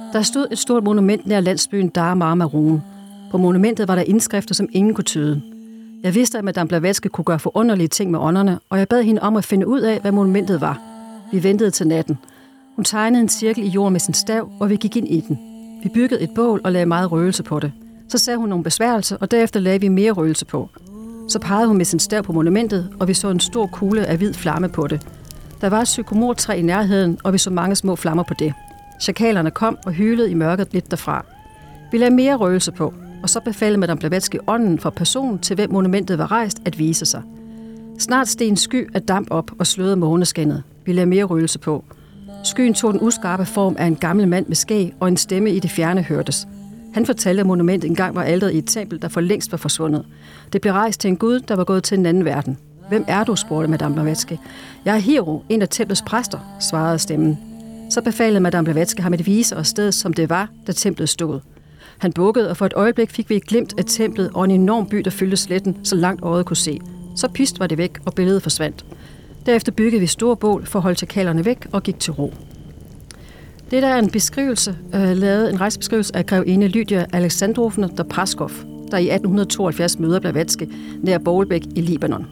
Der stod et stort monument nær landsbyen Dar Marmarun. På monumentet var der indskrifter, som ingen kunne tyde. Jeg vidste, at Madame Blavatsky kunne gøre forunderlige ting med ånderne, og jeg bad hende om at finde ud af, hvad monumentet var. Vi ventede til natten. Hun tegnede en cirkel i jorden med sin stav, og vi gik ind i den. Vi byggede et bål og lagde meget røgelse på det. Så sagde hun nogle besværgelser, og derefter lagde vi mere røgelse på. Så pegede hun med sin stav på monumentet, og vi så en stor kugle af hvid flamme på det. Der var et sykomortræ i nærheden, og vi så mange små flammer på det. Sjakalerne kom og hylede i mørket lidt derfra. Vi lagde mere røgelse på, og så befalede Madame Blavatsky ånden fra personen, til hvem monumentet var rejst, at vise sig. Snart steg en sky af damp op og slørede måneskinnet. Vi lagde mere røgelse på. Skyen tog den uskarpe form af en gammel mand med skæg, og en stemme i det fjerne hørtes. Han fortalte, at monumentet engang var alteret i et tempel, der for længst var forsvundet. Det blev rejst til en gud, der var gået til en anden verden. Hvem er du, spurgte Madame Blavatsky. Jeg er Hero, en af templets præster, svarede stemmen. Så befalede Madame Blavatsky ham at vise os stedet, som det var, da templet stod. Han bukkede, og for et øjeblik fik vi et glimt af templet og en enorm by, der fyldte sletten, så langt øjet kunne se. Så pist var det væk, og billedet forsvandt. Derefter byggede vi store bål for at holde sjakalerne væk og gik til ro. Det der er en beskrivelse, en rejsebeskrivelse af grevinde Lydia Alexandrovna Praskov, der i 1872 møder Blavatsky nær Baalbek i Libanon.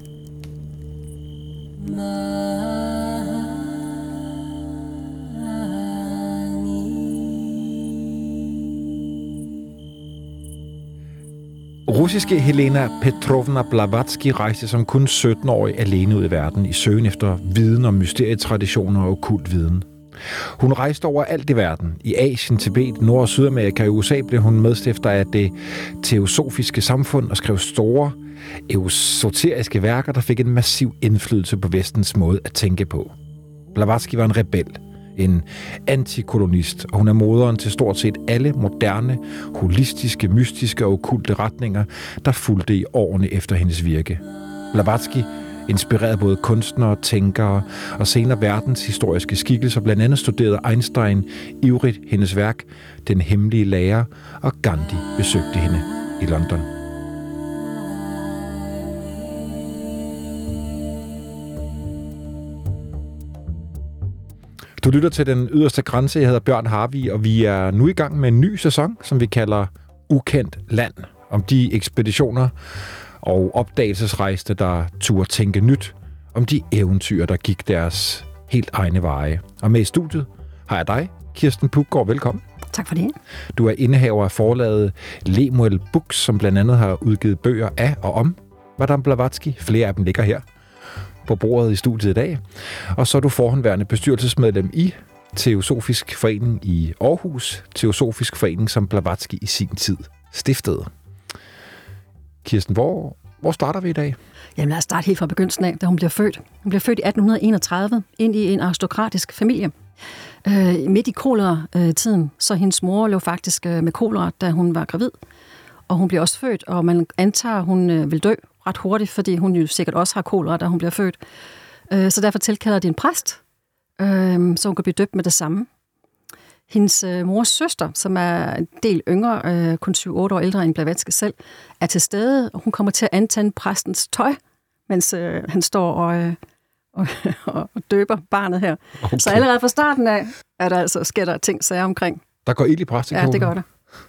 Russiske Helena Petrovna Blavatsky rejste som kun 17-årig alene ud i verden i søgen efter viden om mysterietraditioner og okkult viden. Hun rejste over alt i verden. I Asien, Tibet, Nord- og Sydamerika og USA blev hun medstifter af det teosofiske samfund og skrev store esoteriske værker, der fik en massiv indflydelse på vestens måde at tænke på. Blavatsky var en rebel, en antikolonist, og hun er moderen til stort set alle moderne, holistiske, mystiske og okkulte retninger, der fulgte i årene efter hendes virke. Blavatsky inspirerede både kunstnere, tænkere og senere verdenshistoriske skikkelser. Blandt andet studerede Einstein ivrigt hendes værk Den hemmelige lærer, og Gandhi besøgte hende i London. Du lytter til Den Yderste Grænse. Jeg hedder Bjørn Harvig, og vi er nu i gang med en ny sæson, som vi kalder Ukendt Land. Om de ekspeditioner og opdagelsesrejste, der turde tænke nyt. Om de eventyr, der gik deres helt egne veje. Og med i studiet har jeg dig, Kirsten Puggaard. Velkommen. Tak for det. Du er indehaver af forlaget Lemuel Books, som blandt andet har udgivet bøger af og om Madame Blavatsky. Flere af dem ligger her på bordet i studiet i dag. Og så er du forhåndværende bestyrelsesmedlem i Teosofisk Forening i Aarhus. Teosofisk Forening, som Blavatsky i sin tid stiftede. Kirsten, hvor starter vi i dag? Jamen lad os starte helt fra begyndelsen af, da hun bliver født. Hun bliver født i 1831 ind i en aristokratisk familie. Midt i kolera-tiden, så hendes mor lå faktisk med kolera, da hun var gravid. Og hun bliver også født, og man antager, at hun vil dø ret hurtigt, fordi hun jo sikkert også har kolera, da hun bliver født. Så derfor tilkalder de en præst, så hun kan blive døbt med det samme. Hendes mors søster, som er en del yngre, kun 7-8 år ældre end Blavatsky selv, er til stede, og hun kommer til at antænde præstens tøj, mens han står og døber barnet her. Okay. Så allerede fra starten af er der altså sker der ting, sager omkring. Der går ild i præstekjolen? Ja, det gør der.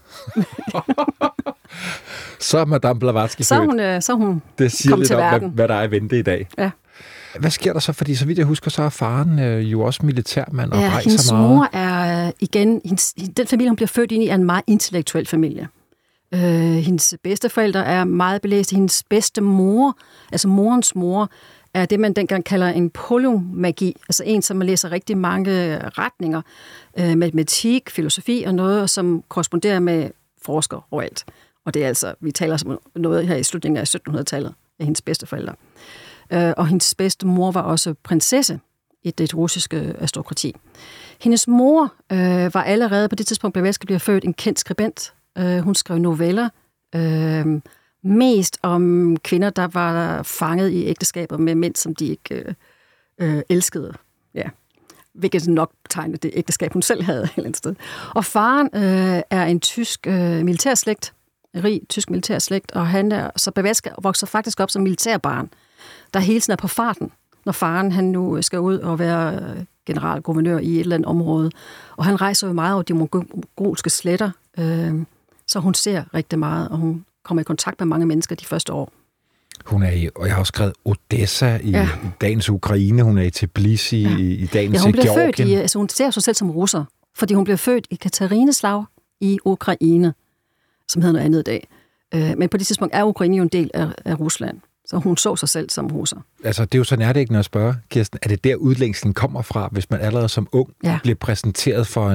Så er Madame Blavatsky født. Så hun det siger kom lidt til om, verden. hvad der er i vente i dag. Ja. Hvad sker der så? Fordi så vidt jeg husker, så er faren jo også militærmand og rejser hendes meget. Mor er igen, den familie, hun bliver født ind i, er en meget intellektuel familie. Hendes bedsteforældre er meget belæste. Hendes bedste mor, altså morens mor, er det, man dengang kalder en polymagi. Altså en, som man læser rigtig mange retninger. Matematik, filosofi og noget, som korresponderer med forskere overalt. Og det er altså, vi taler om noget her i slutningen af 1700-tallet af hendes bedsteforældre. Og hendes bedste mor var også prinsesse i det russiske aristokrati. Hendes mor var allerede på det tidspunkt, Blavatsky bliver født, en kendt skribent. Hun skrev noveller, mest om kvinder, der var fanget i ægteskaber med mænd, som de ikke elskede. Ja. Hvilket nok tegnede det ægteskab, hun selv havde et eller andet sted. Og faren er en tysk militærslægt, rig tysk militærslægt, og så Blavatsky vokser faktisk op som militærbarn, der hele tiden er på farten, når faren han nu skal ud og være general, guvernør i et eller andet område. Og han rejser jo meget over de mongolske sletter, så hun ser rigtig meget, og hun kommer i kontakt med mange mennesker de første år. Hun er i, og jeg har også skrevet Odessa i dagens Ukraine, hun er i Tbilisi i dagens Georgien. Hun blev født altså hun ser sig selv som russer, fordi hun blev født i Katarineslav i Ukraine, som hedder noget andet i dag. Men på det tidspunkt er Ukraine jo en del af Rusland, så hun så sig selv som russer. Altså, det er jo så nærliggende at spørge, Kirsten, er det der udlængslen kommer fra, hvis man allerede som ung bliver præsenteret for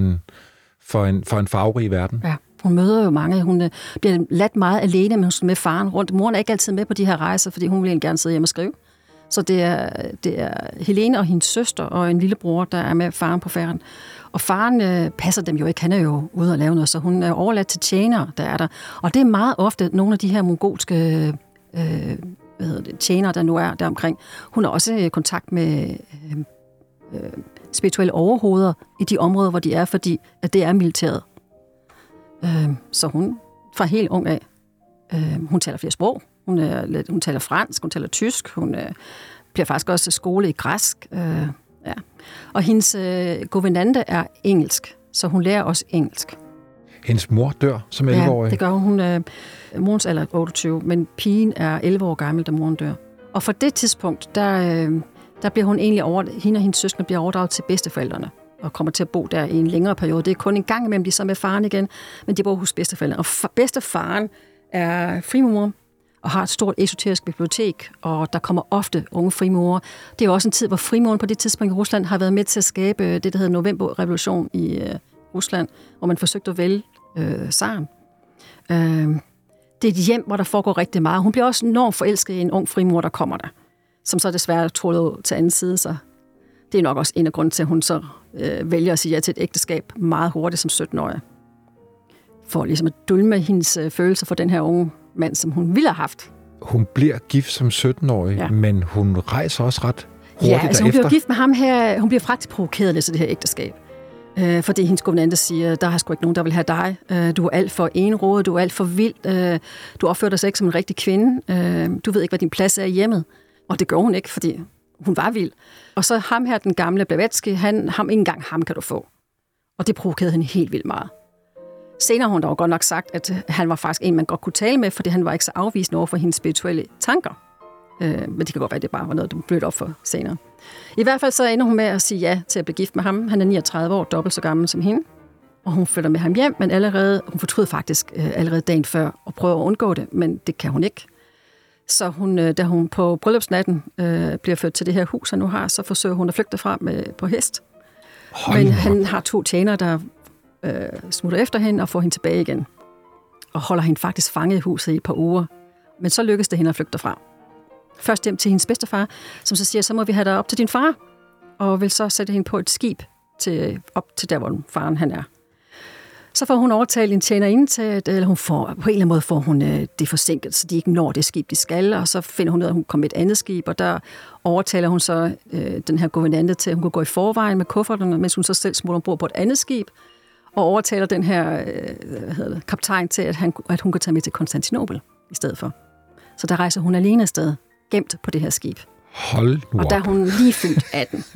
en farverig verden? Ja. Hun møder jo mange. Hun bliver ladt meget alene, men hun er med faren rundt. Moren er ikke altid med på de her rejser, fordi hun vil gerne sidde hjemme og skrive. Så det er Helene og hendes søster og en lillebror, der er med faren på færden. Og faren passer dem jo ikke. Han er jo ude og lave noget, så hun er overladt til tjenere, der er der. Og det er meget ofte nogle af de her mongolske tjenere, der nu er der omkring. Hun har også kontakt med spirituelle overhoveder i de områder, hvor de er, fordi at det er militæret. Så hun fra helt ung af, hun taler flere sprog. Hun taler fransk, hun taler tysk, hun bliver faktisk også til skole i græsk. Og hendes guvernante er engelsk, så hun lærer også engelsk. Hendes mor dør som 11-årig? Ja, det gør hun. Morens alder er 28, men pigen er 11 år gammel, da moren dør. Og fra det tidspunkt, der bliver hun egentlig hende og hendes søskende bliver overdraget til bedsteforældrene og kommer til at bo der i en længere periode. Det er kun en gang imellem, de så med faren igen, men de bor hos bedsteforældrene. Og bedstefaren er frimurer og har et stort esoterisk bibliotek, og der kommer ofte unge frimurer. Det er jo også en tid, hvor frimuren på det tidspunkt i Rusland har været med til at skabe det, der hedder novemberrevolution i Rusland, hvor man forsøgte at vælge zaren. Det er et hjem, hvor der foregår rigtig meget. Hun bliver også enormt forelsket i en ung frimur, der kommer der, som så desværre troede til anden side, så det er nok også en af grunden til, at hun så vælger at sige ja til et ægteskab meget hurtigt som 17-årig. For ligesom at dulme hendes følelser for den her unge mand, som hun ville have haft. Hun bliver gift som 17-årig, men hun rejser også ret hurtigt altså hun bliver gift med ham her. Hun bliver faktisk provokeret lidt af det her ægteskab. Fordi hendes guvernante siger, der er sgu ikke nogen, der vil have dig. Du er alt for enrådet, du er alt for vild. Du opfører dig sig ikke som en rigtig kvinde. Du ved ikke, hvad din plads er i hjemmet. Og det gør hun ikke, fordi hun var vild. Og så ham her, den gamle Blavatsky, ikke engang ham kan du få. Og det provokerede hende helt vildt meget. Senere har hun dog godt nok sagt, at han var faktisk en, man godt kunne tale med, fordi han var ikke så afvisende over for hendes spirituelle tanker. Men det kan godt være, at det bare var noget, der blev op for senere. I hvert fald så ender hun med at sige ja til at blive gift med ham. Han er 39 år, dobbelt så gammel som hende. Og hun flytter med ham hjem, men hun fortryder faktisk allerede dagen før og prøver at undgå det, men det kan hun ikke. Så da hun på bryllupsnatten bliver ført til det her hus, han nu har, så forsøger hun at flygte fra på hest. Men han har 2 tjenere, der smutter efter hende og får hende tilbage igen. Og holder hende faktisk fanget i huset i et par uger. Men så lykkes det hende at flygte fra. Først hjem til hendes bedstefar, som så siger, så må vi have dig op til din far, og vil så sætte hende på et skib op til der, hvor faren han er. Så får hun overtalt en tjenerinde til, eller hun får, på en eller anden måde får hun det forsinket, så de ikke når det skib, de skal, og så finder hun ud af, at hun kommer med et andet skib, og der overtaler hun så den her guvernante til, at hun kan gå i forvejen med kufferterne, mens hun så selv smutter ombord på et andet skib, og overtaler den her kaptajn til, at hun kan tage med til Konstantinopel i stedet for. Så der rejser hun alene afsted, gemt på det her skib. Hold nu op. Og der er hun lige fyldt 18.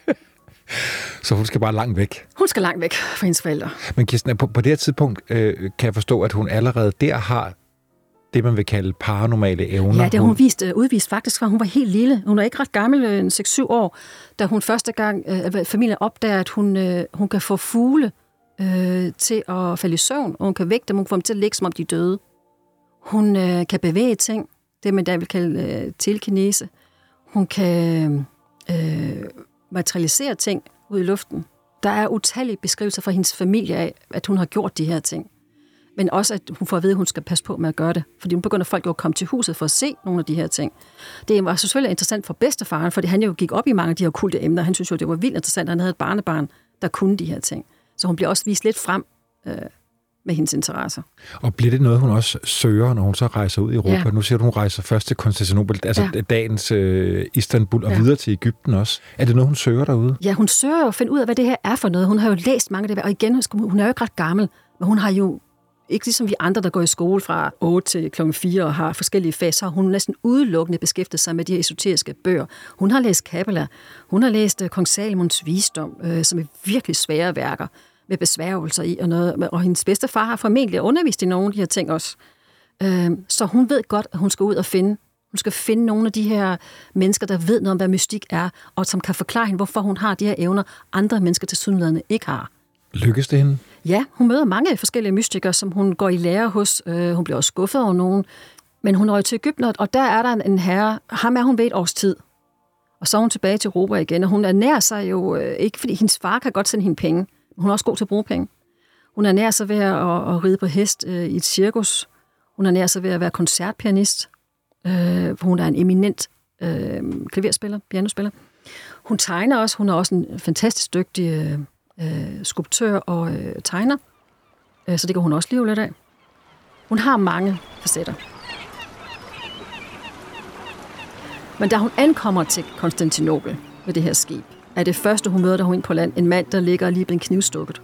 Så hun skal bare langt væk? Hun skal langt væk fra hendes forældre. Men Kirsten, på det her tidspunkt kan jeg forstå, at hun allerede der har det, man vil kalde paranormale evner. Ja, det har hun udvist faktisk, for hun var helt lille. Hun er ikke ret gammel, 6-7 år, da hun første gang, familien opdager, at hun kan få fugle til at falde i søvn, og hun kan vække dem, hun kan få dem til at ligge, som om de er døde. Hun kan bevæge ting, det man der vil kalde telekinese. Hun kan materialisere ting ud i luften. Der er utallige beskrivelser fra hendes familie af, at hun har gjort de her ting. Men også, at hun får at vide, at hun skal passe på med at gøre det. Fordi nu begynder folk jo at komme til huset for at se nogle af de her ting. Det var selvfølgelig interessant for bedstefaren, fordi han jo gik op i mange af de her okkulte emner. Han synes jo, det var vildt interessant, at han havde et barnebarn, der kunne de her ting. Så hun bliver også vist lidt frem med hendes interesser. Og bliver det noget, hun også søger, når hun så rejser ud i Europa? Ja. Nu siger du, hun rejser først til Konstantinopel, altså dagens Istanbul, og videre til Egypten også. Er det noget, hun søger derude? Ja, hun søger jo at finde ud af, hvad det her er for noget. Hun har jo læst mange af det, og igen, hun er jo ikke ret gammel, men hun har jo ikke ligesom vi andre, der går i skole fra 8 til kl. 4 og har forskellige fag, så har hun næsten udelukkende beskæftiget sig med de her esoteriske bøger. Hun har læst Kabbala, hun har læst Kong Salomons visdom, som er virkelig svære værker, med besværgelser i og noget. Og hendes bedstefar har formentlig undervist i nogle af de her ting også. Så hun ved godt, at hun skal ud og finde. Hun skal finde nogle af de her mennesker, der ved noget om, hvad mystik er, og som kan forklare hende, hvorfor hun har de her evner, andre mennesker tilsyneladende ikke har. Lykkes det hende? Ja, hun møder mange forskellige mystikere, som hun går i lære hos. Hun bliver også skuffet over nogen. Men hun røg til Egypten, og der er der en herre. Ham er hun ved et års tid. Og så er hun tilbage til Europa igen, og hun ernærer sig jo ikke, fordi hendes far kan godt sende hende penge. Hun er også god til at bruge penge. Hun ernærer sig ved at ride på hest i et cirkus. Hun ernærer sig ved at være koncertpianist. Hun er en eminent klaverspiller, pianospiller. Hun tegner også. Hun er også en fantastisk dygtig skulptør og tegner. Så det kan hun også leve lidt af. Hun har mange facetter. Men da hun ankommer til Konstantinopel med det her skib, er det første, hun møder, da hun ind på land, en mand, der ligger lige blevet knivstukket.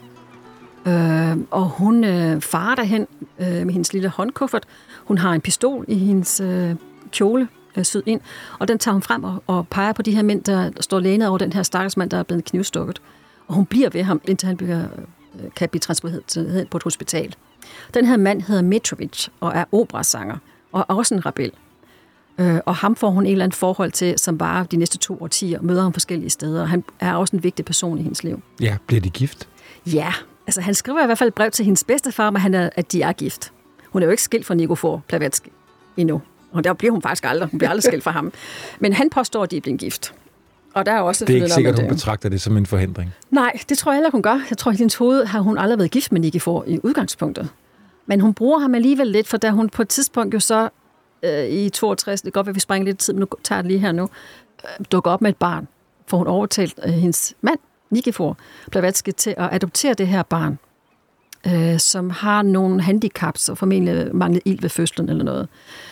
Og hun farer derhen med hendes lille håndkuffert. Hun har en pistol i hendes kjole syd ind, og den tager hun frem og peger på de her mænd, der står lænet over den her stakkels mand, der er blevet knivstukket. Og hun bliver ved ham, indtil han kan blive transporteret på et hospital. Den her mand hedder Mitrovic og er operasanger og er også en rebel. Og ham får hun en eller anden forhold til, som varer de næste 2 årtier, møder ham forskellige steder, og han er også en vigtig person i hendes liv. Ja, bliver de gift? Ja, altså han skriver i hvert fald et brev til hendes bedstefar, at de er gift. Hun er jo ikke skilt fra Nikifor Blavatsky endnu, og der bliver hun faktisk aldrig. Hun bliver aldrig skilt fra ham. Men han påstår, at de er blevet gift. Og der er også det er ikke sikkert, hun betragter det som en forhindring. Nej, det tror jeg heller, hun gør. Jeg tror, i hendes hoved har hun aldrig været gift med Nikifor i udgangspunktet. Men hun bruger ham alligevel lidt, for da hun på et tidspunkt jo så i 62, det kan godt være, vi springer lidt tid, men nu tager det lige her nu, dukker op med et barn, for hun overtalt hendes mand, Nikifor Blavatsky, til at adoptere det her barn, som har nogle handicaps og formentlig manglet ild ved fødslen eller noget.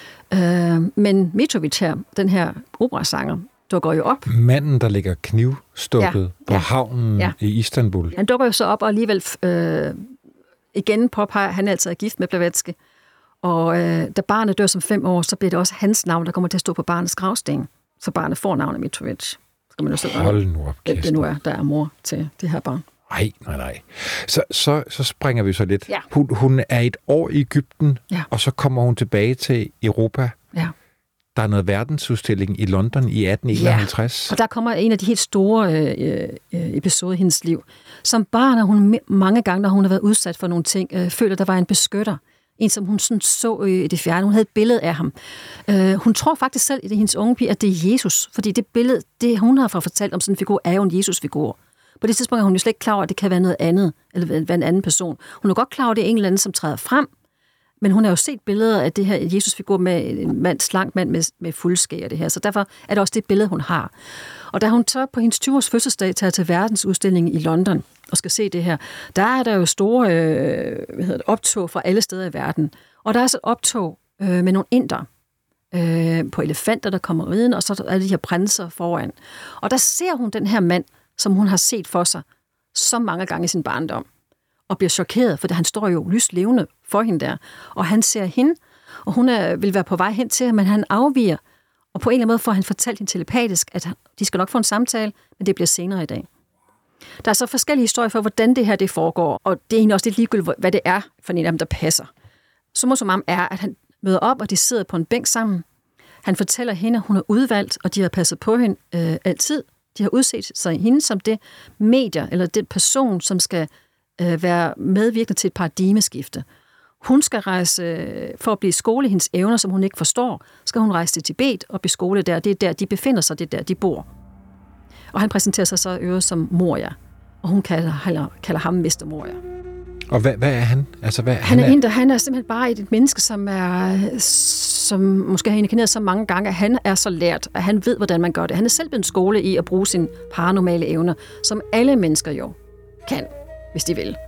Men Mitrovic her, den her operasanger, dukker jo op. Manden, der ligger knivstukket på havnen i Istanbul. Han dukker jo så op og alligevel igen påpeger, at han altså er gift med Blavatsky. Og da barnet dør som 5 år, så bliver det også hans navn, der kommer til at stå på barnets gravsten. Så barnet får navnet Mitrovic. Hold nu op, Kirsten. Det nu er, der er mor til det her barn. Nej. Så springer vi så lidt. Ja. Hun er 1 år i Egypten, og så kommer hun tilbage til Europa. Ja. Der er noget verdensudstilling i London i 1851. Ja, og der kommer en af de helt store episoder i hendes liv. Som barn har hun mange gange, når hun har været udsat for nogle ting, føler, der var en beskytter. En, som hun sådan så i det fjerne. Hun havde et billede af ham. Hun tror faktisk selv, i hendes unge pige, at det er Jesus. Fordi det billede, det hun har fortalt om sådan en figur, er jo en Jesus-figur. På det tidspunkt er hun jo slet ikke klar over, at det kan være noget andet, eller være en anden person. Hun er godt klar over, at det er en eller anden, som træder frem, men hun har jo set billeder af det her Jesus-figur med en slank mand med fuldskæg og det her, så derfor er det også det billede, hun har. Og da hun så på hendes 20-års fødselsdag tager til verdensudstilling i London og skal se det her, der er der jo store optog fra alle steder i verden. Og der er så et optog med nogle inder på elefanter, der kommer ridende, og så er de her prinser foran. Og der ser hun den her mand, som hun har set for sig så mange gange i sin barndom, og bliver chokeret, for han står jo lyslevende for hende der. Og han ser hende, og hun vil være på vej hen til ham, men han afviger. Og på en eller anden måde får han fortalt hende telepatisk, at de skal nok få en samtale, men det bliver senere i dag. Der er så forskellige historier for, hvordan det her det foregår, og det er egentlig også lidt ligegyldigt, hvad det er for en af dem, der passer. Summa summarum er, at han møder op, og de sidder på en bænk sammen. Han fortæller hende, at hun er udvalgt, og de har passet på hende altid. De har udset sig hende som det medier, eller den person, som skal være medvirkende til et paradigmeskifte. Hun skal rejse, for at blive skole i hendes evner, som hun ikke forstår, skal hun rejse til Tibet og blive skole der. Det er der, de befinder sig, det er der, de bor. Og han præsenterer sig så øvrigt som Moria, og hun kalder ham Mester Moria. Og hvad er han? Altså, han er simpelthen bare et menneske, som måske har inkarneret så mange gange, at han er så lært, at han ved, hvordan man gør det. Han er selv blevet skole i at bruge sine paranormale evner, som alle mennesker jo kan, hvis de vil.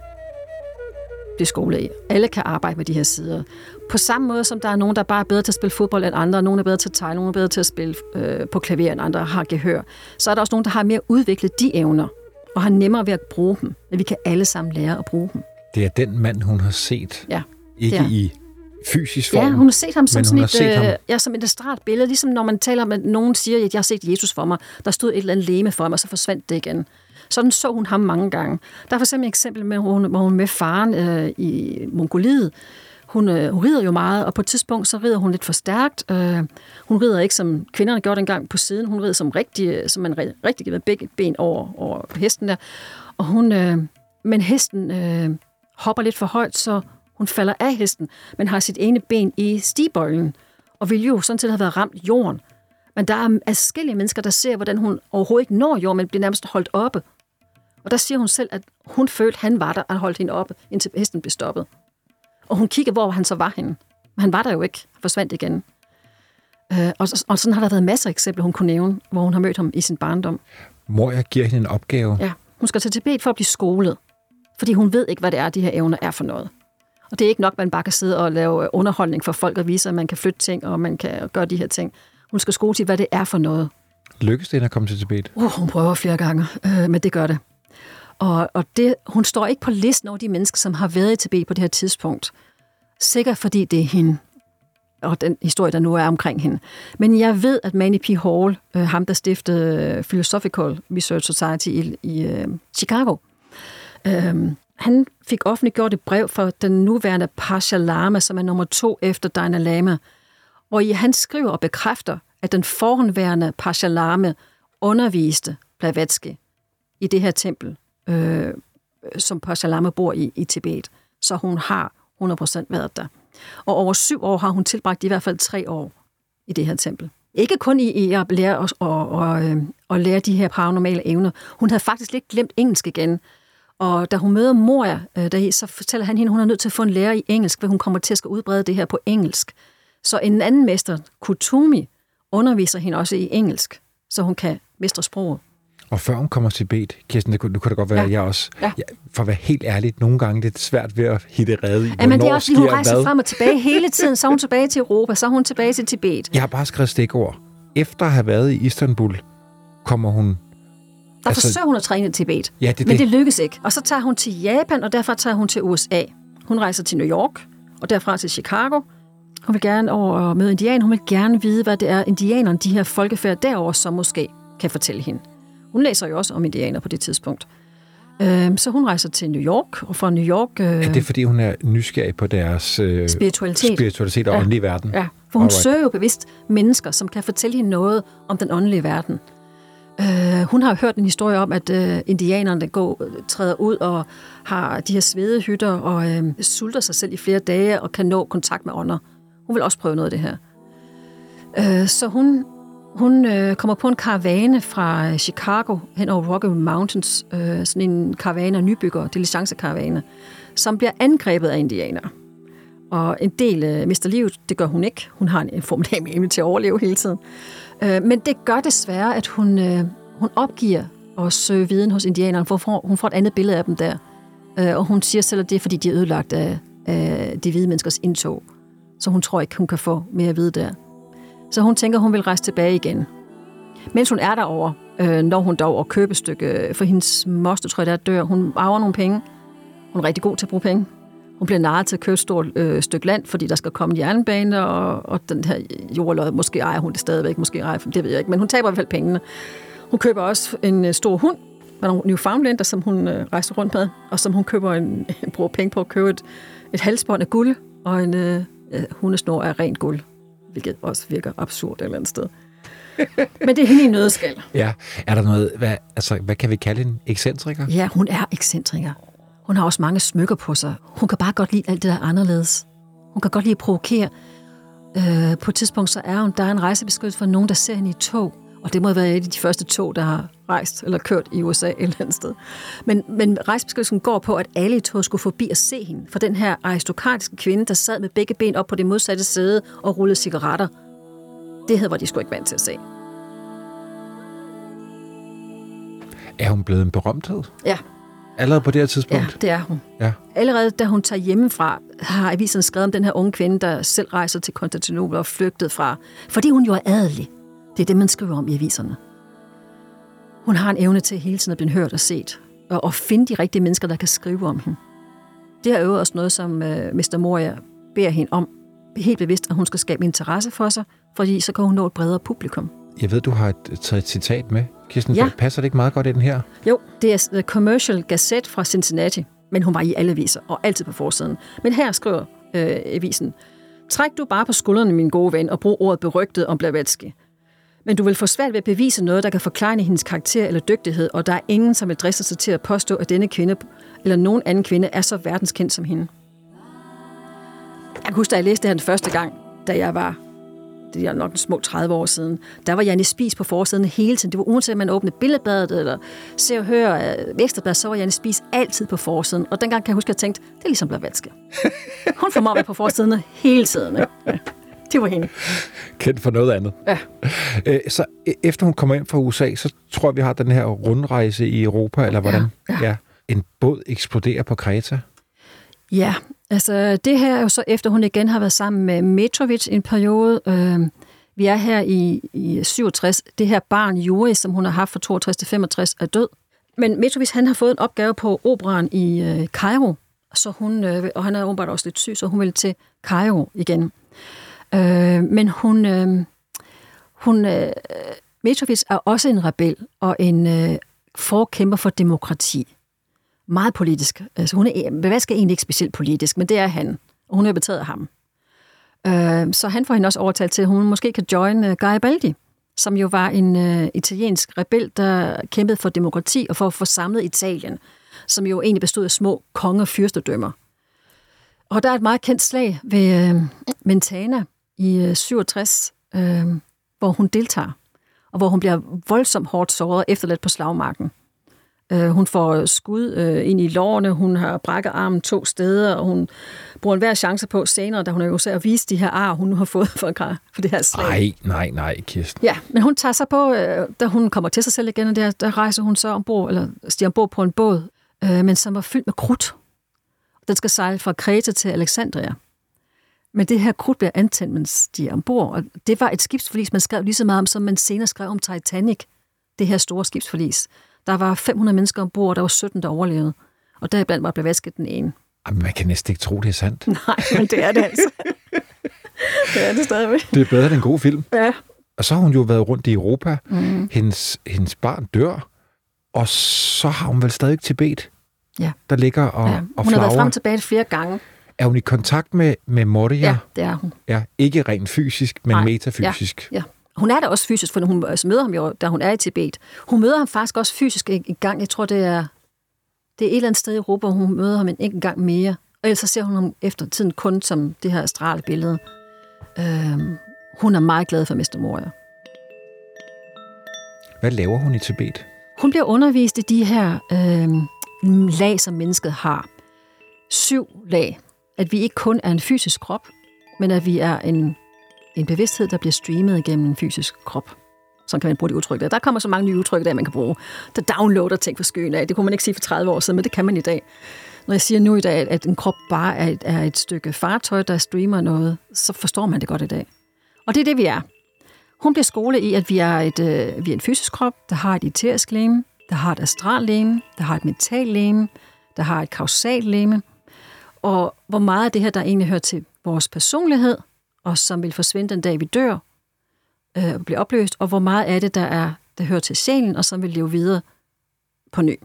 Det skole i. Alle kan arbejde med de her sider. På samme måde som der er nogen, der bare er bedre til at spille fodbold end andre, nogen er bedre til at tegne, nogen er bedre til at spille på klaver end andre, har gehør. Så er der også nogen, der har mere udviklet de evner, og har nemmere ved at bruge dem. Men vi kan alle sammen lære at bruge dem. Det er den mand, hun har set Ikke i fysisk form. Ja, hun har set ham som som et astratbillede, ligesom når man taler med nogen siger, at jeg har set Jesus for mig, der stod et eller andet legeme for mig, og så forsvandt det igen. Sådan så hun ham mange gange. Der er for eksempel et eksempel med, hvor hun med faren i Mongoliet. Hun rider jo meget, og på et tidspunkt så rider hun lidt for stærkt. Hun rider ikke som kvinderne gjorde dengang på siden. Hun rider som man rigtig med begge ben over hesten der. Og men hesten hopper lidt for højt, så hun falder af hesten, men har sit ene ben i stigbøjlen, og ville jo sådan set have været ramt jorden. Men der er adskillige mennesker, der ser, hvordan hun overhovedet ikke når jorden, men bliver nærmest holdt oppe. Og der siger hun selv, at hun følte, at han var der og holdt hende oppe, indtil hesten blev stoppet. Og hun kigger, hvor han så var henne. Men han var der jo ikke. Forsvandt igen. Og sådan har der været masser af eksempler, hun kunne nævne, hvor hun har mødt ham i sin barndom. Moria giver hende en opgave. Ja, hun skal til Tibet for at blive skolet. Fordi hun ved ikke, hvad det er, de her evner er for noget. Og det er ikke nok, at man bare kan sidde og lave underholdning for folk og vise, at man kan flytte ting, og man kan gøre de her ting. Hun skal skole til, hvad det er for noget. Lykkes det, at komme til Tibet? Hun prøver flere gange, men det gør det. Og hun står ikke på listen over de mennesker, som har været i Tibet på det her tidspunkt. Sikkert fordi det er hende, og den historie, der nu er omkring hende. Men jeg ved, at Manny P. Hall, ham der stiftede Philosophical Research Society i Chicago, han fik offentliggjort et brev for den nuværende Pasha Lama, som er nummer 2 efter Dalai Lama, hvor han skriver og bekræfter, at den forhenværende Pasha Lama underviste Blavatsky i det her tempel, som Pasha Lama bor i Tibet. Så hun har 100% været der. Og over 7 år har hun tilbragt i hvert fald 3 år i det her tempel. Ikke kun i at lære at lære de her paranormale evner. Hun havde faktisk lidt glemt engelsk igen. Og da hun møder Moria, så fortæller han hende, at hun er nødt til at få en lærer i engelsk, for hun kommer til at skal udbrede det her på engelsk. Så en anden mester, Kutumi, underviser hende også i engelsk, så hun kan mestre sproget. Og før hun kommer til Tibet, Kirsten, nu kunne det godt være, at jeg også, for at være helt ærlig, nogle gange det er svært ved at hitte rede i, hvornår men det er også, sker hun rejser frem og tilbage hele tiden, så er hun tilbage til Europa, så er hun tilbage til Tibet. Jeg har bare skrevet stikord. Efter at have været i Istanbul, kommer hun... forsøger hun at træne i Tibet, men det lykkes ikke. Og så tager hun til Japan, og derfra tager hun til USA. Hun rejser til New York, og derfra til Chicago. Hun vil gerne over og møde indianer. Hun vil gerne vide, hvad det er, indianerne, de her folkefærd derover, som måske kan fortælle hende. Hun læser jo også om indianer på det tidspunkt. Så hun rejser til New York, og fra New York... Er det, fordi hun er nysgerrig på deres spiritualitet og åndelige verden? Ja, for hun søger jo bevidst mennesker, som kan fortælle hende noget om den åndelige verden. Hun har hørt en historie om, at indianerne træder ud og har de her svedehytter og sulter sig selv i flere dage og kan nå kontakt med ånder. Hun vil også prøve noget af det her. Så hun kommer på en karavane fra Chicago hen over Rocky Mountains, sådan en karavane af nybyggere, diligencekaravane, som bliver angrebet af indianere. Og en del mister livet, det gør hun ikke. Hun har en formidabel evne til at overleve hele tiden. Men det gør desværre, at hun opgiver at søge viden hos indianerne, for hun får et andet billede af dem der. Og hun siger selv, at det er, fordi de er ødelagt af de hvide menneskers indtog. Så hun tror ikke, hun kan få mere at vide der. Så hun tænker, hun vil rejse tilbage igen. Mens hun er derovre, når hun dog at købe et stykke, for hendes moster, tror jeg, der dør. Hun arver nogle penge. Hun er rigtig god til at bruge penge. Hun bliver narret til at købe et stort stykke land, fordi der skal komme en jernbane, og den her jordlod, måske ejer hun det stadigvæk, måske ejer det ved jeg ikke, men hun taber i hvert fald pengene. Hun køber også en stor hund, en Newfoundlander, som hun rejser rundt med, og som hun bruger penge på at købe et halsbånd af guld, og en hundesnor af rent guld, hvilket også virker absurd et eller andet sted. Men det er hende i nødskal. Ja, er der noget, hvad kan vi kalde en ekscentriker? Ja, hun er ekscentriker. Hun har også mange smykker på sig. Hun kan bare godt lide alt det der anderledes. Hun kan godt lide at provokere. På et tidspunkt så der er en rejsebeskrivelse for nogen, der ser hende i tog. Og det må have været et af de første tog, der har rejst eller kørt i USA et eller andet sted. Men rejsebeskrivelsen går på, at alle i toget skulle forbi og se hende. For den her aristokratiske kvinde, der sad med begge ben op på det modsatte sæde og rullede cigaretter. Det var de sgu ikke vant til at se. Er hun blevet en berømthed? Ja. Allerede på det her tidspunkt? Ja, det er hun. Ja. Allerede da hun tager hjemmefra, har aviserne skrevet om den her unge kvinde, der selv rejser til Konstantinopel og flygtet fra. Fordi hun jo er adelig. Det er det, man skriver om i aviserne. Hun har en evne til hele tiden at blive hørt og set. Og finde de rigtige mennesker, der kan skrive om hende. Det er jo også noget, som Mr. Moria beder hende om, helt bevidst, at hun skal skabe interesse for sig, fordi så kan hun nå et bredere publikum. Jeg ved, du har taget et citat med. Kirsten, ja. Passer det ikke meget godt i den her? Jo, det er The Commercial Gazette fra Cincinnati, men hun var i alle aviser, og altid på forsiden. Men her skriver avisen: "Træk du bare på skuldrene, min gode ven, og brug ordet berygtet om Blavatsky. Men du vil få svært ved at bevise noget, der kan forklare hendes karakter eller dygtighed, og der er ingen, som vil driste sig til at påstå, at denne kvinde eller nogen anden kvinde er så verdenskendt som hende." Jeg kan huske, da jeg læste det her den første gang, da jeg var, det er nok små 30 år siden, der var Janne Spies på forsiden hele tiden. Det var uanset, at man åbnede Billedbladet eller ser og hører Ekstrabladet, så var Janne Spies altid på forsiden. Og dengang kan jeg huske, at jeg tænkte, det er ligesom Blavatsky. Hun formår at være på forsiden hele tiden. Ja. Det var hende. Kendt for noget andet. Ja. Så efter hun kommer hjem fra USA, så tror jeg, vi har den her rundrejse i Europa, eller hvordan? Ja. En båd eksploderer på Kreta. Ja, altså det her er jo så efter, hun igen har været sammen med Mitrovic i en periode. Vi er her i 67. Det her barn, Juri, som hun har haft fra 62 til 65, er død. Men Mitrovic, han har fået en opgave på operaen i Kairo, så hun, og han er åbenbart også lidt syg, så hun vil til Kairo igen. Men Mitrovic er også en rebel og en forkæmper for demokrati. Meget politisk. Altså, Blavatsky er egentlig ikke specielt politisk, men det er han. Og hun er betaget af ham. Så han får hende også overtalt til, at hun måske kan join Garibaldi, som jo var en italiensk rebel, der kæmpede for demokrati og for at få samlet Italien, som jo egentlig bestod af små konge-fyrstedømmer. Og der er et meget kendt slag ved Mentana i 67, hvor hun deltager, og hvor hun bliver voldsomt hårdt såret og efterladt på slagmarken. Hun får skud ind i lårene, hun har brækket armen 2 steder, og hun bruger enhver chance på senere, da hun er jo så at vise de her ar, hun nu har fået for det her slag. Nej, Kirsten. Ja, men hun tager sig på, da hun kommer til sig selv igen, og der rejser hun så ombord, eller stiger ombord på en båd, men som var fyldt med krudt. Den skal sejle fra Kreta til Alexandria. Men det her krudt bliver antændt, mens de er ombord, og det var et skibsforlis, man skrev lige så meget om, som man senere skrev om Titanic, det her store skibsforlis. Der var 500 mennesker ombord, og der var 17, der overlevede. Og deriblandt var Blavatsky den ene. Jamen, man kan næsten ikke tro, det er sandt. Nej, men det er det altså. Det er det stadigvæk. Det er bedre end en god film. Ja. Og så har hun jo været rundt i Europa. Mm. Hendes barn dør, og så har hun vel stadig Tibet, der ligger og hun flagrer. Hun har været frem og tilbage flere gange. Er hun i kontakt med Moria? Ja, det er hun. Ja, ikke rent fysisk, men metafysisk. Ja. Hun er der også fysisk, for hun møder ham jo, da hun er i Tibet. Hun møder ham faktisk også fysisk en gang. Jeg tror, det er et eller andet sted i Europa, hvor hun møder ham en enkelt gang mere. Og ellers så ser hun ham efter tiden kun som det her astrale billede. Hun er meget glad for Mr. Moria. Hvad laver hun i Tibet? Hun bliver undervist i de her lag, som mennesket har. 7 lag. At vi ikke kun er en fysisk krop, men at vi er en bevidsthed, der bliver streamet igennem en fysisk krop. Sådan kan man bruge det udtryk der. Der kommer så mange nye udtryk, der man kan bruge. Der downloader ting fra skyen af. Det kunne man ikke sige for 30 år siden, men det kan man i dag. Når jeg siger nu i dag, at en krop bare er et stykke fartøj, der streamer noget, så forstår man det godt i dag. Og det er det, vi er. Hun bliver skolet i, at vi er en fysisk krop, der har et eterisk legeme, der har et astral legeme, der har et mental legeme, der har et kausalt legeme. Og hvor meget af det her, der egentlig hører til vores personlighed, og som vil forsvinde den dag, vi dør, og bliver opløst, og hvor meget af det, der hører til sjælen, og som vil leve videre på ny.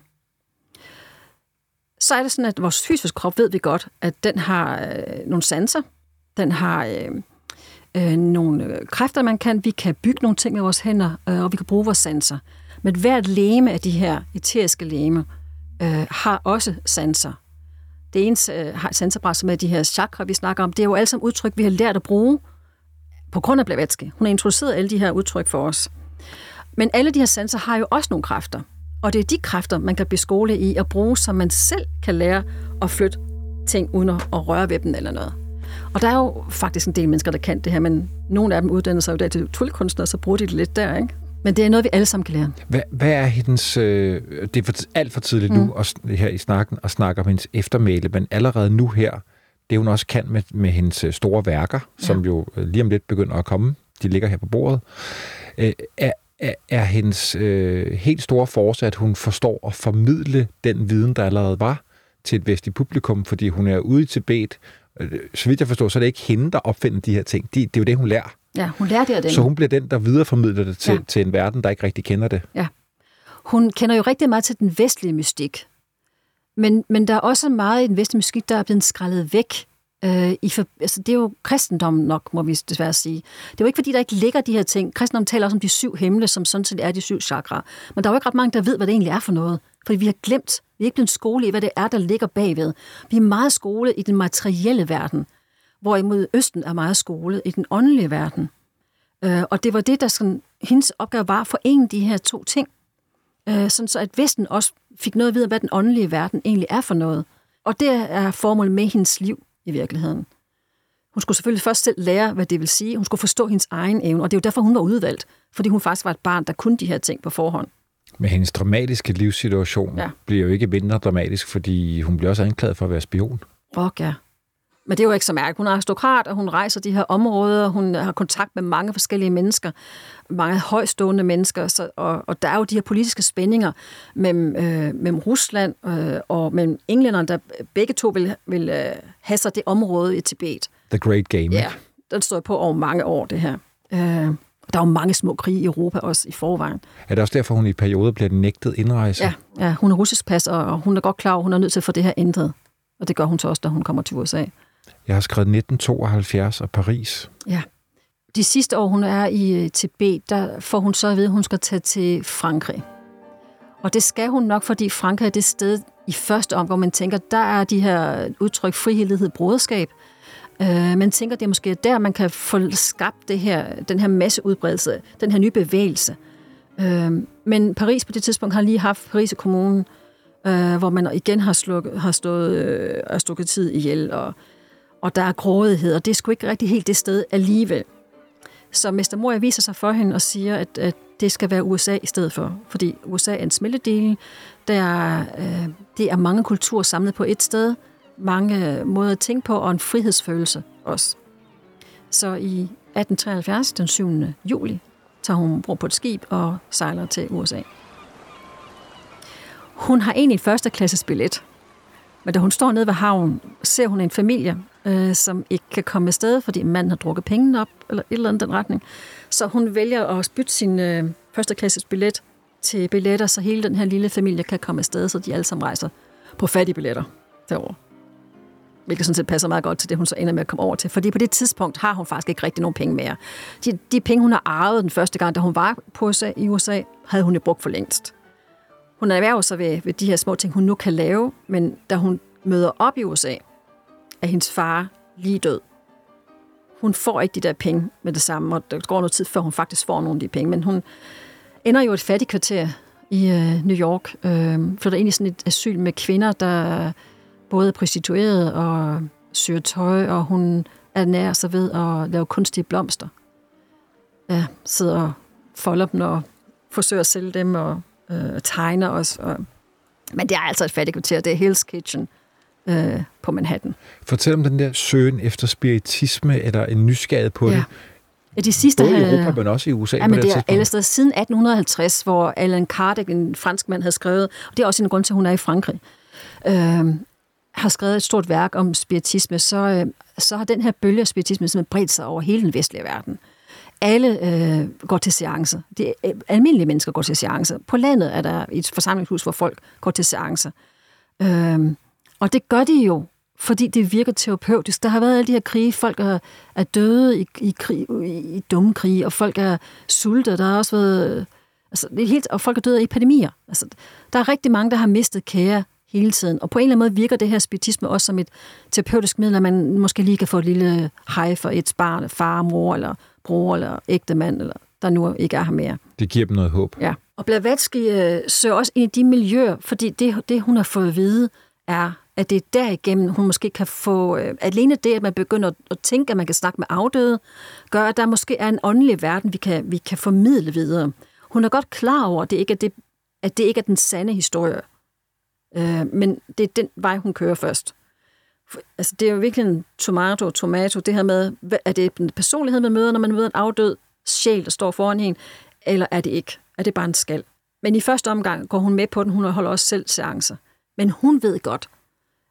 Så er det sådan, at vores fysiske krop ved vi godt, at den har nogle sanser, den har nogle kræfter, man kan. Vi kan bygge nogle ting med vores hænder, og vi kan bruge vores sanser. Men hvert legeme af de her eteriske legeme har også sanser. Det ene har et sanserbræt, som er de her chakra, vi snakker om. Det er jo alle sammen udtryk, vi har lært at bruge på grund af Blavatsky. Hun har introduceret alle de her udtryk for os. Men alle de her sanser har jo også nogle kræfter. Og det er de kræfter, man kan blive skolet i at bruge, så man selv kan lære at flytte ting uden at røre ved dem eller noget. Og der er jo faktisk en del mennesker, der kan det her, men nogle af dem uddanner sig jo der til tryllekunstnere, så bruger de det lidt der, ikke? Men det er noget, vi alle sammen kan lære. Hvad er hendes... det er alt for tidligt nu her i snakken at snakke om hendes eftermæle, men allerede nu her, det hun også kan med hendes store værker, som jo lige om lidt begynder at komme, de ligger her på bordet, er hendes helt store force, at hun forstår at formidle den viden, der allerede var, til et vestligt publikum, fordi hun er ude i Tibet. Så vidt jeg forstår, så er det ikke hende, der opfinder de her ting. Det er jo det, hun lærer. Ja, hun lærer det af dem. Så hun bliver den, der videreformidler det til en verden, der ikke rigtig kender det. Ja. Hun kender jo rigtig meget til den vestlige mystik. Men der er også meget i den vestlige mystik, der er blevet skrællet væk. Det er jo kristendommen nok, må vi desværre sige. Det er jo ikke, fordi der ikke ligger de her ting. Kristendommen taler også om de 7 himle, som sådan set er de 7 chakra. Men der er jo ikke ret mange, der ved, hvad det egentlig er for noget. Fordi vi har glemt, vi er ikke blevet skole i, hvad det er, der ligger bagved. Vi er meget skole i den materielle verden, hvorimod Østen er meget skole i den åndelige verden. Og det var det, der sådan, hendes opgave var for en af de her 2 ting. Sådan så at Vesten også fik noget at vide, hvad den åndelige verden egentlig er for noget. Og det er formålet med hendes liv i virkeligheden. Hun skulle selvfølgelig først selv lære, hvad det vil sige. Hun skulle forstå hendes egen evne, og det er jo derfor, hun var udvalgt. Fordi hun faktisk var et barn, der kunne de her ting på forhånd. Men hendes dramatiske livssituation bliver jo ikke mindre dramatisk, fordi hun bliver også anklaget for at være spion. Ja. Men det er jo ikke så mærkeligt. Hun er aristokrat, og hun rejser de her områder, hun har kontakt med mange forskellige mennesker, mange højstående mennesker, og der er jo de her politiske spændinger mellem Rusland og mellem englænderne, der begge to vil have sig det område i Tibet. The Great Game. Ja, den står på over mange år, det her. Der er jo mange små krige i Europa også i forvejen. Er det også derfor, hun i perioder bliver nægtet indrejse? Ja, hun er russisk pas, og hun er godt klar over, hun er nødt til at få det her ændret. Og det gør hun så også, da hun kommer til USA. Jeg har skrevet 1972 og Paris. Ja. De sidste år, hun er i Tibet, der får hun så at vide, at hun skal tage til Frankrig. Og det skal hun nok, fordi Frankrig er det sted i første omgang, hvor man tænker, der er de her udtryk frihed, broderskab. Man tænker, det er måske der, man kan få skabt den her masseudbredelse, den her nye bevægelse. Men Paris på det tidspunkt har lige haft Paris Kommune, hvor man igen har stukket tid ihjel, og der er grådighed, og det er sgu ikke rigtig helt det sted alligevel. Så Mester Moria viser sig for hende og siger, at det skal være USA i stedet for, fordi USA er en smeltedel, det er mange kulturer samlet på et sted, mange måder at tænke på, og en frihedsfølelse også. Så i 1873, den 7. juli, tager hun ombord på et skib og sejler til USA. Hun har egentlig en førsteklasses billet, men da hun står nede ved havnen, ser hun en familie, som ikke kan komme afsted, fordi manden har drukket pengene op, eller et eller andet den retning. Så hun vælger at bytte sin førsteklasses billet til billetter, så hele den her lille familie kan komme afsted, så de alle sammen rejser på fattige billetter derovre. Hvilket sådan set passer meget godt til det, hun så ender med at komme over til. Fordi på det tidspunkt har hun faktisk ikke rigtig nogen penge mere. De penge, hun har arvet den første gang, da hun var i USA, havde hun jo brugt for længst. Hun erhverver sig ved de her små ting, hun nu kan lave, men da hun møder op i USA, er hendes far lige død. Hun får ikke de der penge med det samme, og der går noget tid, før hun faktisk får nogle af de penge. Men hun ender jo et fattigkvarter i New York, flytter ind i sådan et asyl med kvinder, der både er prostituerede og syr tøj, og hun er nær sig ved at lave kunstige blomster. Ja, sidder og folder dem og forsøger at sælge dem og tegner også. Men det er altså et fattigkvarter, det er Hell's Kitchen på Manhattan. Fortæl om den der søgen efter spiritisme, eller en nysgerrighed på det. Ja, de sidste både i Europa, men også i USA. Ja, men det er alle steder siden 1850, hvor Allan Kardec, en fransk mand, havde skrevet, og det er også en grund til, at hun er i Frankrig, har skrevet et stort værk om spiritisme, så har den her bølge af spiritisme simpelthen bredt sig over hele den vestlige verden. Alle går til seancer. Almindelige mennesker går til seancer. På landet er der et forsamlingshus, hvor folk går til seancer. Og det gør de jo, fordi det virker terapeutisk. Der har været alle de her krige. Folk er døde i dumme krige, og folk er sultet. Der har også været... og folk er døde af epidemier. Altså, der er rigtig mange, der har mistet kære hele tiden. Og på en eller anden måde virker det her spiritisme også som et terapeutisk middel, at man måske lige kan få et lille hej for et barn, far, mor, eller bror, eller ægtemand, eller der nu ikke er her mere. Det giver dem noget håb. Ja. Og Blavatsky søger også ind i de miljøer, fordi det hun har fået at vide, er, at det er derigennem, hun måske kan få... alene det, at man begynder at tænke, at man kan snakke med afdøde, gør, at der måske er en åndelig verden, vi kan formidle videre. Hun er godt klar over, at det ikke er den sande historie. Men det er den vej, hun kører først. Altså, det er jo virkelig en tomato, det her med, er det en personlighed, man møder, når man møder en afdød sjæl, der står foran hende, eller er det ikke? Er det bare en skal? Men i første omgang går hun med på den, hun holder også selv seancer. Men hun ved godt,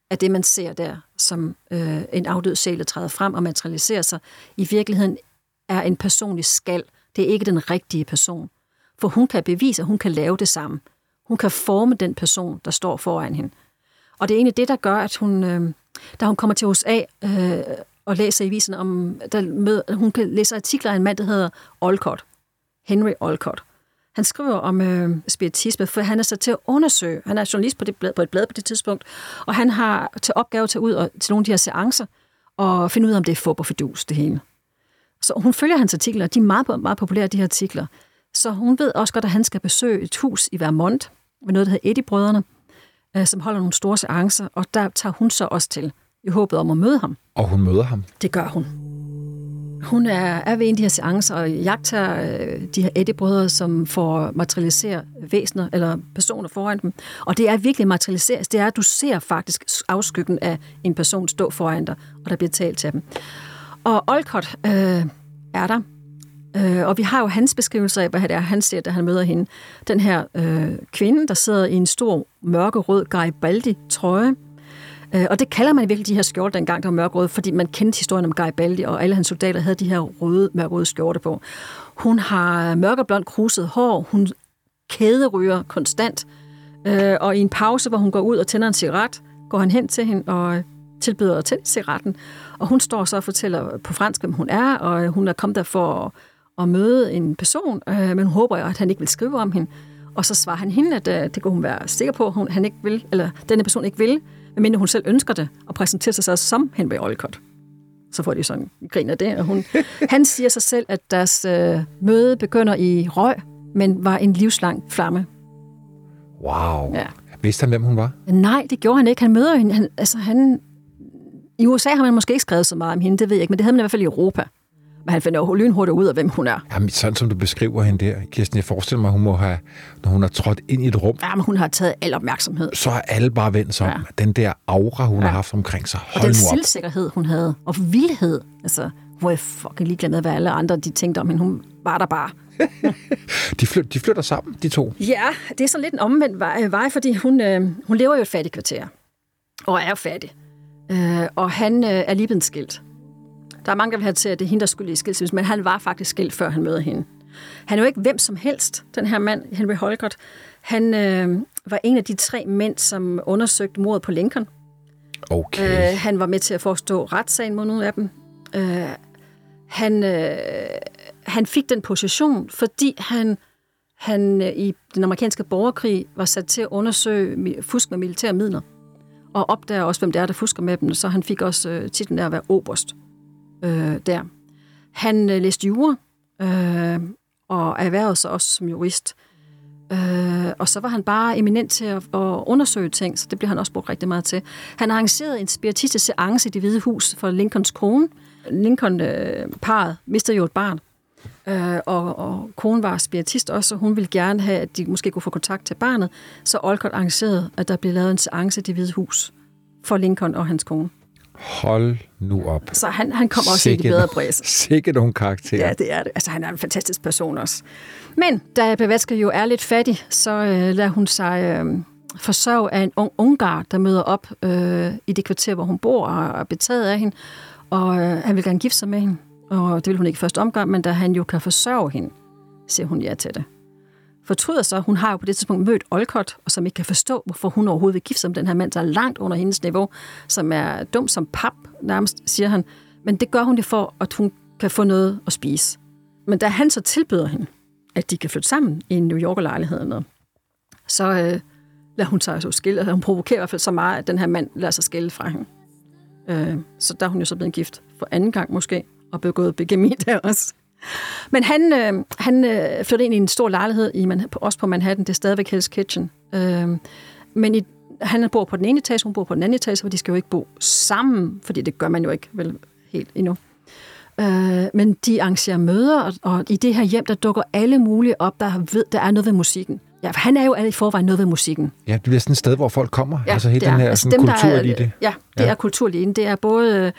at det, man ser der, som en afdød sjæl, der træder frem og materialiserer sig, i virkeligheden er en personlig skal. Det er ikke den rigtige person. For hun kan bevise, at hun kan lave det samme. Hun kan forme den person, der står foran hende. Og det er egentlig det, der gør, at hun, da hun kommer til USA og læser i avisen om, hun kan læse artikler af en mand, der hedder Olcott. Henry Olcott. Han skriver om spiritisme, for han er så til at undersøge. Han er journalist på et blad på det tidspunkt, og han har til opgave at tage ud til nogle af de her seancer og finde ud af, om det er fup og fidus, det hele. Så hun følger hans artikler, de er meget, meget populære, de her artikler. Så hun ved også godt, at han skal besøge et hus i Vermont, med noget, der hedder Eddy-brødrene, som holder nogle store seancer, og der tager hun så også til, i håbet om at møde ham. Og hun møder ham? Det gør hun. Hun er ved en af de her seancer og jagter de her Eddy-brødre, som får materialiseret væsener eller personer foran dem. Og det er virkelig materialiseret. Det er, at du ser faktisk afskyggen af en person stå foran dig, og der bliver talt til dem. Og Olcott er der. Og vi har jo hans beskrivelse af, hvad det er, han ser, da han møder hende. Den her kvinde, der sidder i en stor mørkerød Garibaldi-trøje. Og det kalder man virkelig de her skjorter dengang, der var mørkerøde, fordi man kendte historien om Garibaldi, og alle hans soldater havde de her mørkerøde skjorter på. Hun har mørkeblond kruset hår, hun kæderyger konstant, og i en pause, hvor hun går ud og tænder en cigaret, går han hen til hende og tilbyder at tænde cigaretten. Og hun står så og fortæller på fransk, hvem hun er, og hun er kommet der for at møde en person, men hun håber, at han ikke vil skrive om hende. Og så svarer han hende, at det kunne hun være sikker på, at han ikke vil, eller denne person ikke vil, medmindre hun selv ønsker det, og præsenterer sig så som Henry Olcott. Så får de sådan en grin af det. Og han siger sig selv, at deres møde begynder i røg, men var en livslang flamme. Wow. Ja. Vidste han, hvem hun var? Nej, det gjorde han ikke. Han møder hende. I USA har man måske ikke skrevet så meget om hende, det ved jeg ikke, men det havde man i hvert fald i Europa. Men han finder jo lynhurtigt ud af, hvem hun er. Jamen, sådan som du beskriver hende der, Kirsten, jeg forestiller mig, hun må have, når hun har trådt ind i et rum. Ja, men hun har taget al opmærksomhed. Så har alle bare vendt sig om. Den der aura, hun har haft omkring sig. Og den selvsikkerhed, hun havde. Og vildhed. Altså, hvor jeg fucking ligeglad med, hvad alle andre de tænkte om hende. Hun var der bare. De flytter sammen, de to. Ja, det er sådan lidt en omvendt vej, fordi hun lever jo et fattigt kvarter. Og er fattig. Og han er lige blevet skilt. Der er mange, der vil have til, at det er hende, der skulle i skilsmisse, men han var faktisk skilt, før han møder hende. Han er jo ikke hvem som helst, den her mand, Henry Olcott. Han var en af de 3 mænd, som undersøgte mordet på Lincoln. Okay. Han var med til at forestå retssagen mod nogle af dem. Han fik den position, fordi han i den amerikanske borgerkrig var sat til at undersøge fusk med militære midler. Og opdager også, hvem det er, der fusker med dem. Så han fik også titlen af at være oberst der. Han læste jura og erhvervede sig også som jurist. Og så var han bare eminent til at undersøge ting, så det blev han også brugt rigtig meget til. Han arrangerede en spiritistisk seance i Det Hvide Hus for Lincolns kone. Lincoln-parret mistede jo et barn, og konen var spiritist også, og hun ville gerne have, at de måske kunne få kontakt til barnet, så Olcott arrangerede, at der blev lavet en seance i Det Hvide Hus for Lincoln og hans kone. Hold nu op. Så han kom også i de bedre bræs. Sikkert nogle karakterer. Ja, det er det. Altså, han er en fantastisk person også. Men da Blavatsky jo er lidt fattig, så lader hun sig forsørge af en ung ungar, der møder op i det kvarter, hvor hun bor, og er betaget af hende. Og han vil gerne gifte sig med hende. Og det vil hun ikke først omgang, men da han jo kan forsørge hende, siger hun ja til det. Fortryder så, hun har jo på det tidspunkt mødt Olcott, og som ikke kan forstå, hvorfor hun overhovedet vil gifte sig med den her mand, der er langt under hendes niveau, som er dum som pap, nærmest, siger han. Men det gør hun det for, at hun kan få noget at spise. Men da han så tilbyder hende, at de kan flytte sammen i en New Yorker-lejlighed, så lader hun sig så skille, og hun provokerer i hvert fald så meget, at den her mand lader sig skille fra hende. Så der er hun jo så blevet gift for anden gang måske, og begået bigami der også. Men han flyttede ind i en stor lejlighed, også på Manhattan, det er stadigvæk Hell's Kitchen. Men han bor på den ene etage, hun bor på den anden etage, for de skal jo ikke bo sammen, fordi det gør man jo ikke vel helt endnu. Men de arrangerer møder, og i det her hjem, der dukker alle mulige op, der ved, der er noget ved musikken. Ja, for han er jo alle i forvejen noget ved musikken. Ja, det bliver sådan et sted, hvor folk kommer. Ja, altså hele den her sådan kulturelite. Ja, det er kultureliten. Det er både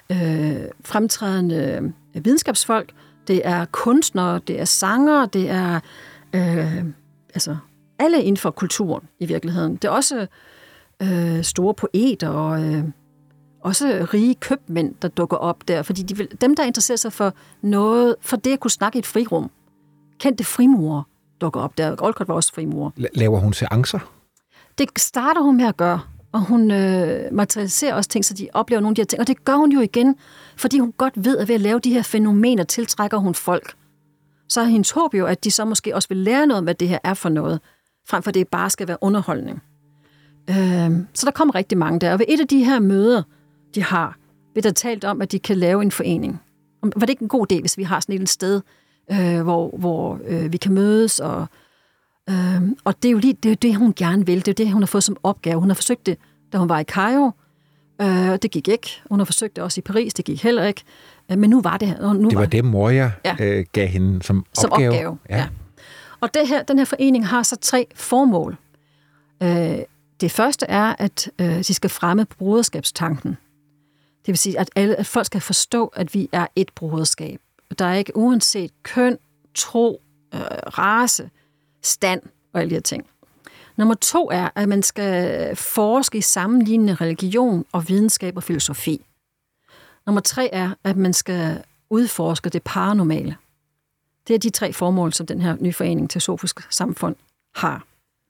fremtrædende videnskabsfolk, det er kunstnere, det er sangere, det er alle inden for kulturen i virkeligheden. Det er også store poeter og også rige købmænd, der dukker op der. Fordi dem, der interesserer sig for noget, for det at kunne snakke i et frirum, kendte frimurer dukker op der. Olcott var også frimurer. Laver hun seancer? Det starter hun med at gøre, og hun materialiserer også ting, så de oplever nogle af de her ting. Og det gør hun jo igen, fordi hun godt ved, at ved at lave de her fænomener, tiltrækker hun folk. Så er hendes håb jo, at de så måske også vil lære noget om, hvad det her er for noget, frem for det bare skal være underholdning. Så der kommer rigtig mange der. Og ved et af de her møder, de har, bliver der talt om, at de kan lave en forening. Var det ikke en god idé, hvis vi har sådan et sted, hvor vi kan mødes, og det er jo lige det, hun gerne vil. Det er det, hun har fået som opgave. Hun har forsøgt det, da hun var i Cairo. Det gik ikke. Hun har forsøgt det også i Paris. Det gik heller ikke. Men nu var det her. Det var det, Moria gav hende som opgave. Ja. Og den her forening har så 3 formål. Det første er, at de skal fremme broderskabstanken. Det vil sige, at folk skal forstå, at vi er et broderskab. Der er ikke uanset køn, tro, race, stand og alle de her ting. Nummer 2 er, at man skal forske i sammenlignende religion og videnskab og filosofi. Nummer 3 er, at man skal udforske det paranormale. Det er de 3 formål, som den her nye forening Teosofisk Samfund har.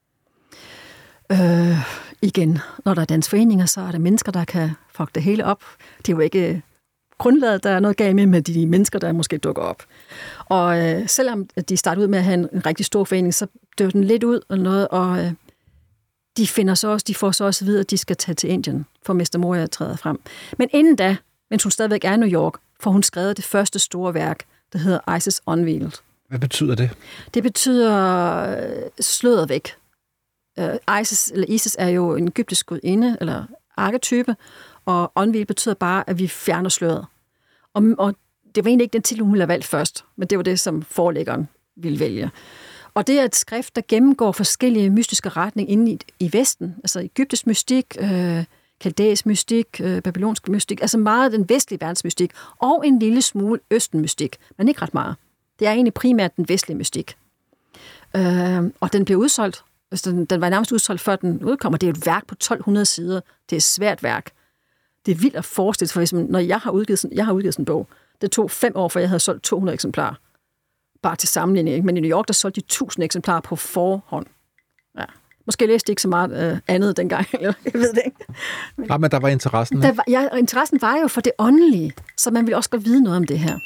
Igen, når der er dansforeninger, så er der mennesker, der kan fuck det hele op. Det er jo ikke grundlaget, der er noget galt med de mennesker, der måske dukker op. Og selvom de starter ud med at have en rigtig stor forening, så dør den lidt ud og noget, og de får så også at vide, at de skal tage til Indien, for Mester Moria træder frem. Men inden da, mens hun stadigvæk er i New York, får hun skrevet det første store værk, der hedder Isis Unveiled. Hvad betyder det? Det betyder sløret væk. Isis er jo en egyptisk gudinde, eller arketype, og Unveiled betyder bare, at vi fjerner sløret. Og det var egentlig ikke den titel, hun ville have valgt først, men det var det, som forlæggeren ville vælge. Og det er et skrift, der gennemgår forskellige mystiske retninger inde i Vesten, altså egyptisk mystik, kaldæisk mystik, babylonsk mystik, altså meget den vestlige verdens mystik, og en lille smule østenmystik, men ikke ret meget. Det er egentlig primært den vestlige mystik. Og den blev udsolgt. Altså, den var nærmest udsolgt, før den udkommer. Det er et værk på 1200 sider. Det er et svært værk. Det er vildt at forestille sig, for når jeg har udgivet sådan en bog, det tog 5 år, for jeg havde solgt 200 eksemplarer. Bare til sammenligning, ikke? Men i New York, der solgte de 1000 eksemplarer på forhånd. Ja. Måske læste de ikke så meget andet dengang, jeg ved det ikke. Men der var interessen. Interessen var jo for det åndelige, så man ville også godt vide noget om det her.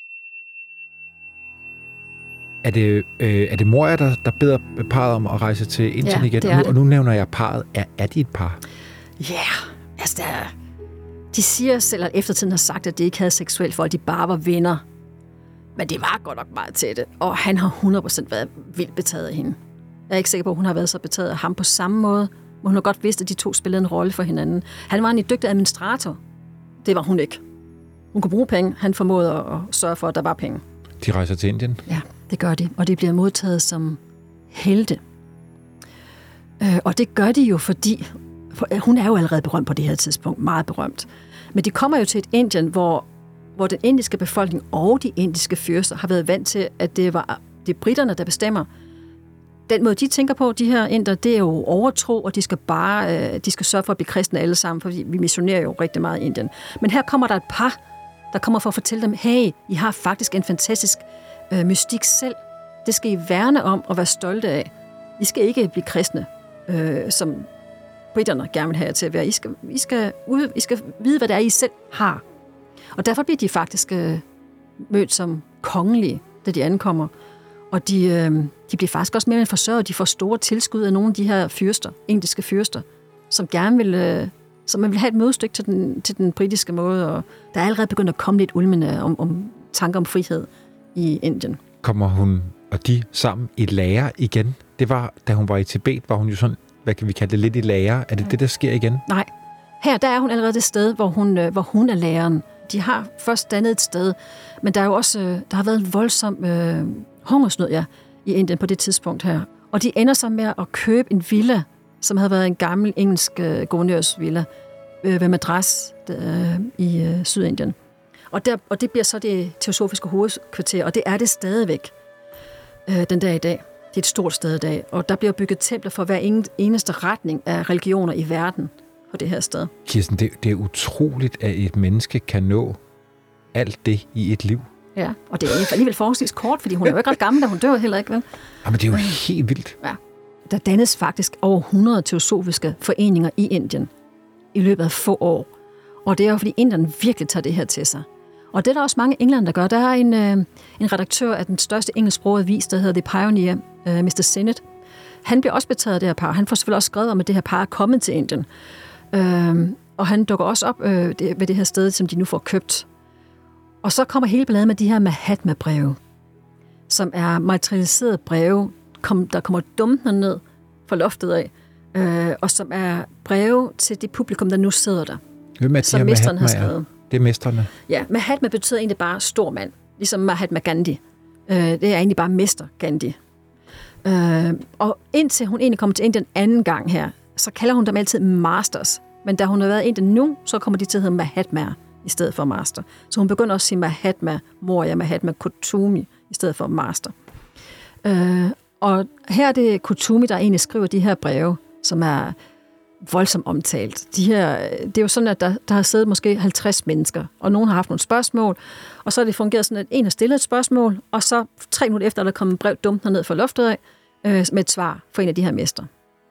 Er det Moria, der beder parret om at rejse til Indien igen? Det er det. Og nu nævner jeg parret. Er de et par? Ja, altså de siger selv, at eftertiden har sagt, at de ikke havde seksuelt forhold, de bare var venner. Men det var godt nok meget til det. Og han har 100% været vildt betaget af hende. Jeg er ikke sikker på, at hun har været så betaget af ham på samme måde, men hun har godt vidst, at de 2 spillede en rolle for hinanden. Han var en dygtig administrator. Det var hun ikke. Hun kunne bruge penge. Han formåede at sørge for, at der var penge. De rejser til Indien? Ja, det gør de. Og det bliver modtaget som helte. Og det gør de jo, fordi hun er jo allerede berømt på det her tidspunkt. Meget berømt. Men de kommer jo til et Indien, hvor den indiske befolkning og de indiske fyrster har været vant til, at det er britterne, der bestemmer. Den måde, de tænker på, de her inder, det er jo overtro, og de skal sørge for at blive kristne alle sammen, for vi missionerer jo rigtig meget i Indien. Men her kommer der et par, der kommer for at fortælle dem, hey, I har faktisk en fantastisk mystik selv. Det skal I værne om og være stolte af. I skal ikke blive kristne, som britterne gerne vil have jer til at være. I skal vide, hvad det er, I selv har. Og derfor bliver de faktisk mødt som kongelige, da de ankommer. Og de bliver faktisk også mere end forsørget. De får store tilskud af nogle af de her fyrster, indiske fyrster, som gerne vil, som man vil have et mødestykke til den britiske måde. Og der er allerede begyndt at komme lidt ulmende om tanker om frihed i Indien. Kommer hun og de sammen i lære igen? Det var, da hun var i Tibet, var hun jo sådan, hvad kan vi kalde det, lidt i lære. Er det det, der sker igen? Nej. Her der er hun allerede det sted, hvor hun er læreren. De har først dannet et sted, men der er jo også der har været en voldsom hungersnød i Indien på det tidspunkt her. Og de ender så med at købe en villa, som havde været en gammel engelsk guvernørs villa ved Madras i Sydindien. Og det bliver så det teosofiske hovedkvarter, og det er det stadigvæk den dag i dag. er et stort sted i dag, og der bliver bygget templer for hver eneste retning af religioner i verden på det her sted. Kirsten, det er utroligt, at et menneske kan nå alt det i et liv. Ja, og det er alligevel forholdsvis kort, fordi hun er jo ikke ret gammel, da hun dør heller ikke, vel? Jamen, det er jo helt vildt. Ja. Der dannes faktisk over 100 teosofiske foreninger i Indien i løbet af få år. Og det er jo, fordi Indien virkelig tager det her til sig. Og det er der også mange englænder, der gør. Der er en redaktør af den største engelsksprogede avis, der hedder The Pioneer, Mr. Sennett. Han bliver også betaget af det her par. Han får selvfølgelig også skrevet om, at det her par er kommet til Indien. Og han dukker også op ved det her sted, som de nu får købt. Og så kommer hele bladet med de her Mahatma-breve, som er materialiserede breve, der kommer dumpende ned fra loftet af, og som er breve til det publikum, der nu sidder der. Hvem er som mesteren har skrevet. Det er mesterne? Ja, Mahatma betyder egentlig bare stor mand, ligesom Mahatma Gandhi. Det er egentlig bare mester Gandhi. Og indtil hun egentlig kommer til Indien anden gang her, så kalder hun dem altid masters. Men da hun har været i Indien nu, så kommer de til at hedde Mahatmaer i stedet for master. Så hun begynder også at sige Mahatma Moria, Mahatma Kutumi i stedet for master. Og her er det Kutumi, der egentlig skriver de her breve, som er voldsomt omtalt. Det er jo sådan, at der har siddet måske 50 mennesker, og nogen har haft nogle spørgsmål, og så er det fungeret sådan, at en har stillet et spørgsmål, og så 3 minutter efter, der kommer et brev dumt ned fra loftet af, med et svar for en af de her mester.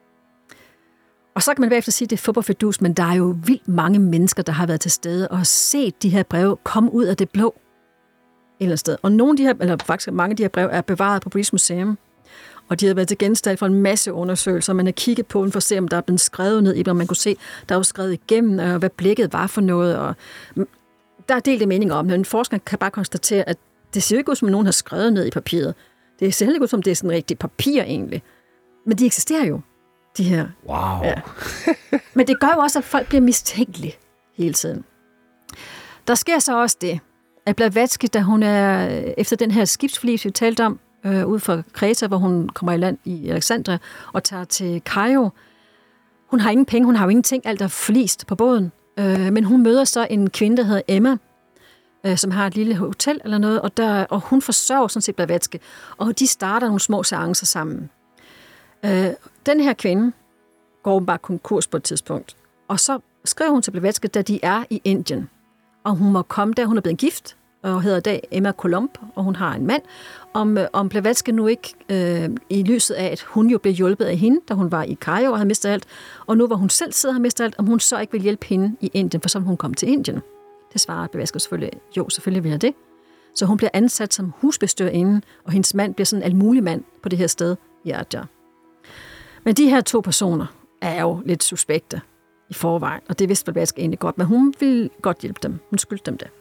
Og så kan man bagefter sige, at det er fupperfidus, men der er jo vildt mange mennesker, der har været til stede og set de her breve komme ud af det blå et eller andet sted. Og nogle af de her, eller faktisk mange af de her breve er bevaret på British Museum, og de har været til genstand for en masse undersøgelser. Man har kigget på den for at se, om der er blevet skrevet ned i dem, og man kunne se, der er jo skrevet igennem, hvad blikket var for noget. Og der er delte meninger om, men forskerne kan bare konstatere, at det ser ikke ud, som nogen har skrevet ned i papiret. Det ser heller ikke ud, som det er sådan rigtigt papir egentlig. Men de eksisterer jo, de her. Wow. Ja. Men det gør jo også, at folk bliver mistænkelige hele tiden. Der sker så også det, at Blavatsky, da hun er efter den her skibsforlis, vi talte om, ude for Kreta, hvor hun kommer i land i Alexandria og tager til Kairo. Hun har ingen penge, hun har jo ingenting, alt er forlist på båden. Men hun møder så en kvinde, der hedder Emma, som har et lille hotel eller noget, og hun forsørger sådan set Blavatsky, og de starter nogle små seancer sammen. Den her kvinde går bare konkurs på et tidspunkt, og så skriver hun til Blavatsky, da de er i Indien, og hun må komme der, hun er blevet gift, og hedder i dag Emma Colomb, og hun har en mand, om Blavatsky nu ikke, i lyset af, at hun jo blev hjulpet af hende, da hun var i Kairo og havde mistet alt, og nu hvor hun selv sidder og har mistet alt, om hun så ikke vil hjælpe hende i Indien, for så hun kom til Indien. Det svarer Blavatsky selvfølgelig, jo, selvfølgelig vil jeg det. Så hun bliver ansat som husbestyrerinde, og hendes mand bliver sådan en almulig mand på det her sted i Adja. Men de her 2 personer er jo lidt suspekte i forvejen, og det vidste Blavatsky egentlig godt, men hun ville godt hjælpe dem. Hun skyldte dem det.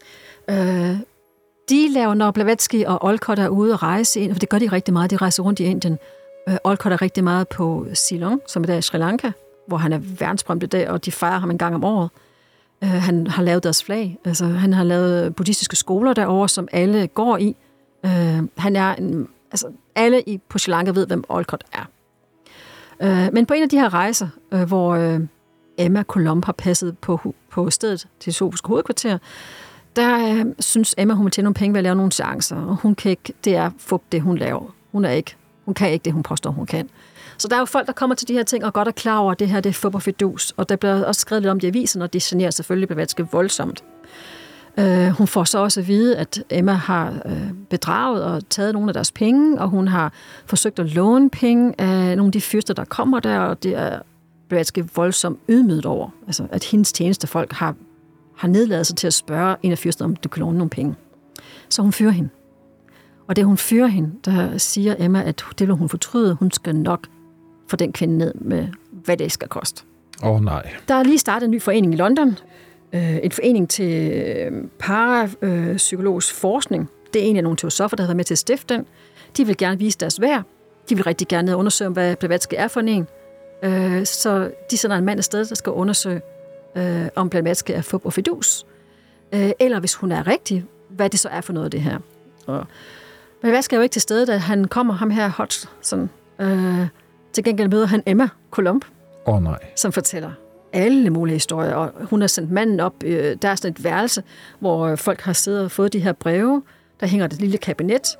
De laver, når Blavatsky og Olcott er ude at rejse ind, for det gør de rigtig meget, de rejser rundt i Indien. Olcott er rigtig meget på Ceylon, som er der i Sri Lanka, hvor han er verdensberømt i dag, og de fejrer ham en gang om året. Han har lavet deres flag, altså han har lavet buddhistiske skoler derovre, som alle går i. Han er alle på Sri Lanka ved, hvem Olcott er. Men på en af de her rejser, hvor Emma Colomb har passet på stedet til Sofiske hovedkvarter, der synes Emma, hun vil tjene nogle penge ved at lave nogle seancer, og hun kan ikke, det er fup det, hun laver. Hun kan ikke det, hun påstår, hun kan. Så der er jo folk, der kommer til de her ting, og godt er klar over, at det her, det er fup og fidus, og der bliver også skrevet lidt om det i avisen, og det generer selvfølgelig Blavatsky voldsomt. Hun får så også at vide, at Emma har bedraget og taget nogle af deres penge, og hun har forsøgt at låne penge af nogle af de fyrster, der kommer der, og det er Blavatsky voldsomt ydmyget over. Altså, at hendes tjenestefolk har nedladet sig til at spørge en af fyrsterne, om du kan låne nogle penge. Så hun fyrer hende. Og det hun fyrer hende, der siger Emma, at det vil hun fortryde, hun skal nok få den kvinde ned med, hvad det skal koste. Nej. Der er lige startet en ny forening i London. En forening til parapsykologisk forskning. Det er en af nogle teosofer, der har været med til at stifte den. De vil gerne vise deres værd. De vil rigtig gerne undersøge, hvad Blavatsky er for en. Så de sender en mand afsted, der skal undersøge, om Blavatsky er fup og fidus. Eller hvis hun er rigtig, hvad det så er for noget af det her. Og Blavatsky er jo ikke til stede, da han kommer, ham her Hodgson. Til gengæld møder han Emma Colomb, som fortæller alle mulige historier, og hun har sendt manden op. Der er sådan et værelse, hvor folk har siddet og fået de her breve. Der hænger et lille kabinet.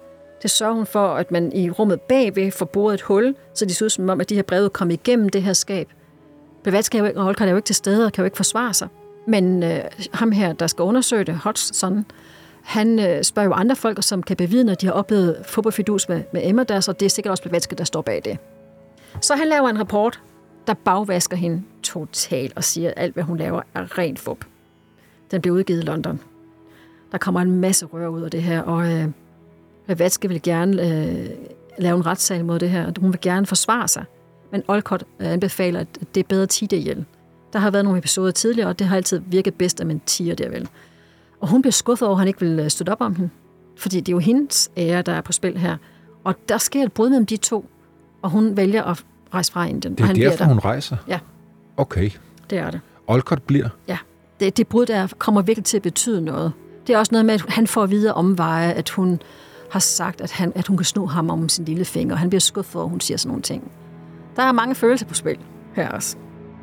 Det sørger hun for, at man i rummet bagved får boret et hul, så det ser ud som om, at de her breve kommer igennem det her skab. Blavatsky og Olcott er jo ikke til stede og kan jo ikke forsvare sig. Men ham her, der skal undersøge det, Hodgson, han spørger jo andre folk, som kan bevidne, at de har oplevet fodboldfidus med Emma der, og det er sikkert også Blavatsky, der står bag det. Så han laver en rapport, der bagvasker hende totalt og siger, at alt, hvad hun laver, er rent fup. Den bliver udgivet i London. Der kommer en masse rør ud af det her, og Blavatsky vil gerne lave en retssag mod det her, og hun vil gerne forsvare sig. Men Olcott anbefaler, at det er bedre at tie det ihjel. Der har været nogle episoder tidligere, og det har altid virket bedst, at man tier det vel. Og hun bliver skuffet over, at han ikke vil støtte op om hende. Fordi det er jo hendes ære, der er på spil her. Og der sker et brud mellem de to, og hun vælger at rejse fra Indien. Det er derfor, hun rejser? Ja. Okay. Det er det. Olcott bliver? Ja. Det brud der kommer virkelig til at betyde noget. Det er også noget med, at han får videre omveje, at hun har sagt, at hun kan sno ham om sin lille finger. Han bliver skuffet over, at hun siger sådan nogle ting. Der er mange følelser på spil her også.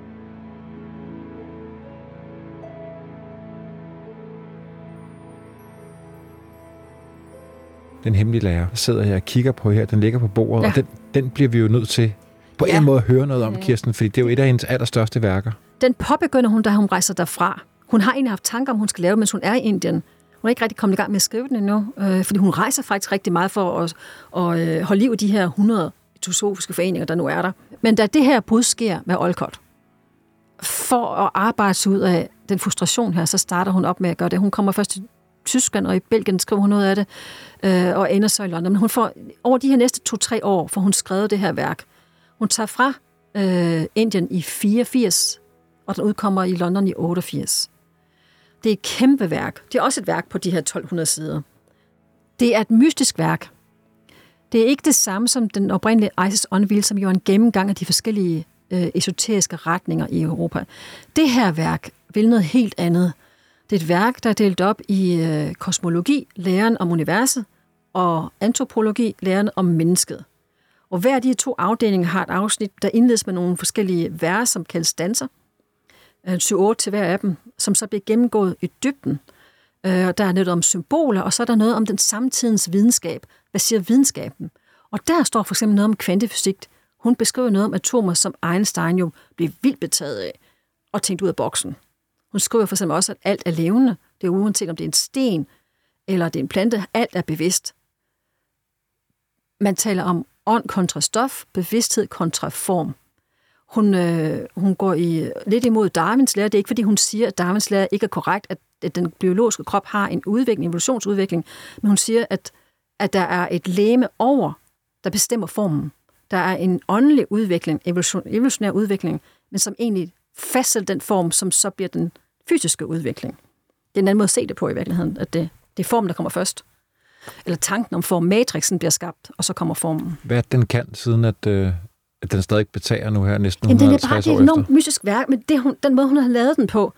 Den hemmelige lærer sidder jeg og kigger på her. Den ligger på bordet, og den bliver vi jo nødt til på en måde at høre noget om, Kirsten, fordi det er jo et af hendes allerstørste værker. Den påbegynder hun, da hun rejser derfra. Hun har egentlig haft tanker om, hun skal lave, mens hun er i Indien. Hun er ikke rigtig kommet i gang med at skrive den endnu, fordi hun rejser faktisk rigtig meget for at holde liv i de her 100 teosofiske foreninger, der nu er der. Men da det her brud sker med Olcott, for at arbejde sig ud af den frustration her, så starter hun op med at gøre det. Hun kommer først til Tyskland, og i Belgien skriver hun noget af det, og ender så i London. Men hun får, over de her næste 2-3 år, får hun skrevet det her værk. Hun tager fra Indien i 84, og den udkommer i London i 88. Det er et kæmpe værk. Det er også et værk på de her 1200 sider. Det er et mystisk værk. Det er ikke det samme som den oprindelige Isis Unveiled, som jo er en gennemgang af de forskellige esoteriske retninger i Europa. Det her værk vil noget helt andet. Det er et værk, der er delt op i kosmologi, læren om universet, og antropologi, læren om mennesket. Og hver af de to afdelinger har et afsnit, der indledes med nogle forskellige vers, som kaldes stanser. 7-8 til hver af dem, som så bliver gennemgået i dybden. Der er noget om symboler, og så er der noget om den samtidens videnskab. Hvad siger videnskaben? Og der står for eksempel noget om kvantefysik. Hun beskriver noget om atomer, som Einstein jo blev vildt betaget af og tænkt ud af boksen. Hun skriver for eksempel også, at alt er levende. Det er uanset om det er en sten eller det er en plante. Alt er bevidst. Man taler om ånd kontra stof, bevidsthed kontra form. Hun går lidt imod Darwins lære. Det er ikke, fordi hun siger, at Darwins lære ikke er korrekt, at den biologiske krop har en udvikling, evolutionsudvikling, men hun siger, at der er et legeme over, der bestemmer formen. Der er en åndelig udvikling, evolutionær udvikling, men som egentlig fastsætter den form, som så bliver den fysiske udvikling. Det er en anden måde at se det på i virkeligheden, at det er formen, der kommer først. Eller tanken om form, matrixen bliver skabt, og så kommer formen. Hvad den kan, siden at den stadig betager nu her næsten 150 år efter? Det er et enormt mystisk værk, men den måde, hun har lavet den på,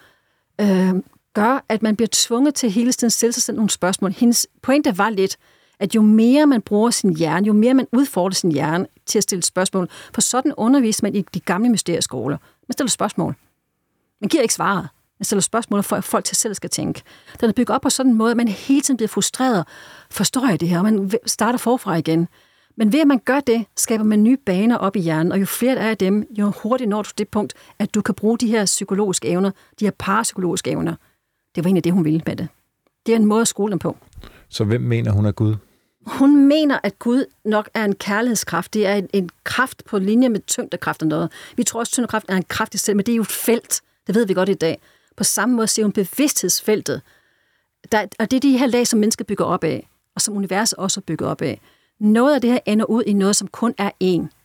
gør, at man bliver tvunget til hele tiden at stille sig nogle spørgsmål. Hendes pointe var lidt, at jo mere man bruger sin hjerne, jo mere man udfordrer sin hjerne til at stille spørgsmål, for sådan underviser man i de gamle mysterieskoler. Man stiller spørgsmål. Man giver ikke svaret. Man stiller spørgsmål, for at folk til selv skal tænke. Den er bygget op på sådan en måde, at man hele tiden bliver frustreret. Forstår jeg det her? Og man starter forfra igen. Men ved at man gør det, skaber man nye baner op i hjernen, og jo flere der er af dem, jo hurtigt når du til det punkt, at du kan bruge de her psykologiske evner, de her parapsykologiske evner. Det var egentlig det, hun ville med det. Det er en måde at skole dem på. Så hvem mener hun er Gud? Hun mener, at Gud nok er en kærlighedskraft. Det er en kraft på linje med tyngdekraft og noget. Vi tror også, at tyngdekraft er en kraft i selv, men det er jo et felt. Det ved vi godt i dag. På samme måde siger hun bevidsthedsfeltet. Og det er de her lag, som mennesker bygger op af, og som universet også bygger op af. Noget af det her ender ud i noget, som kun er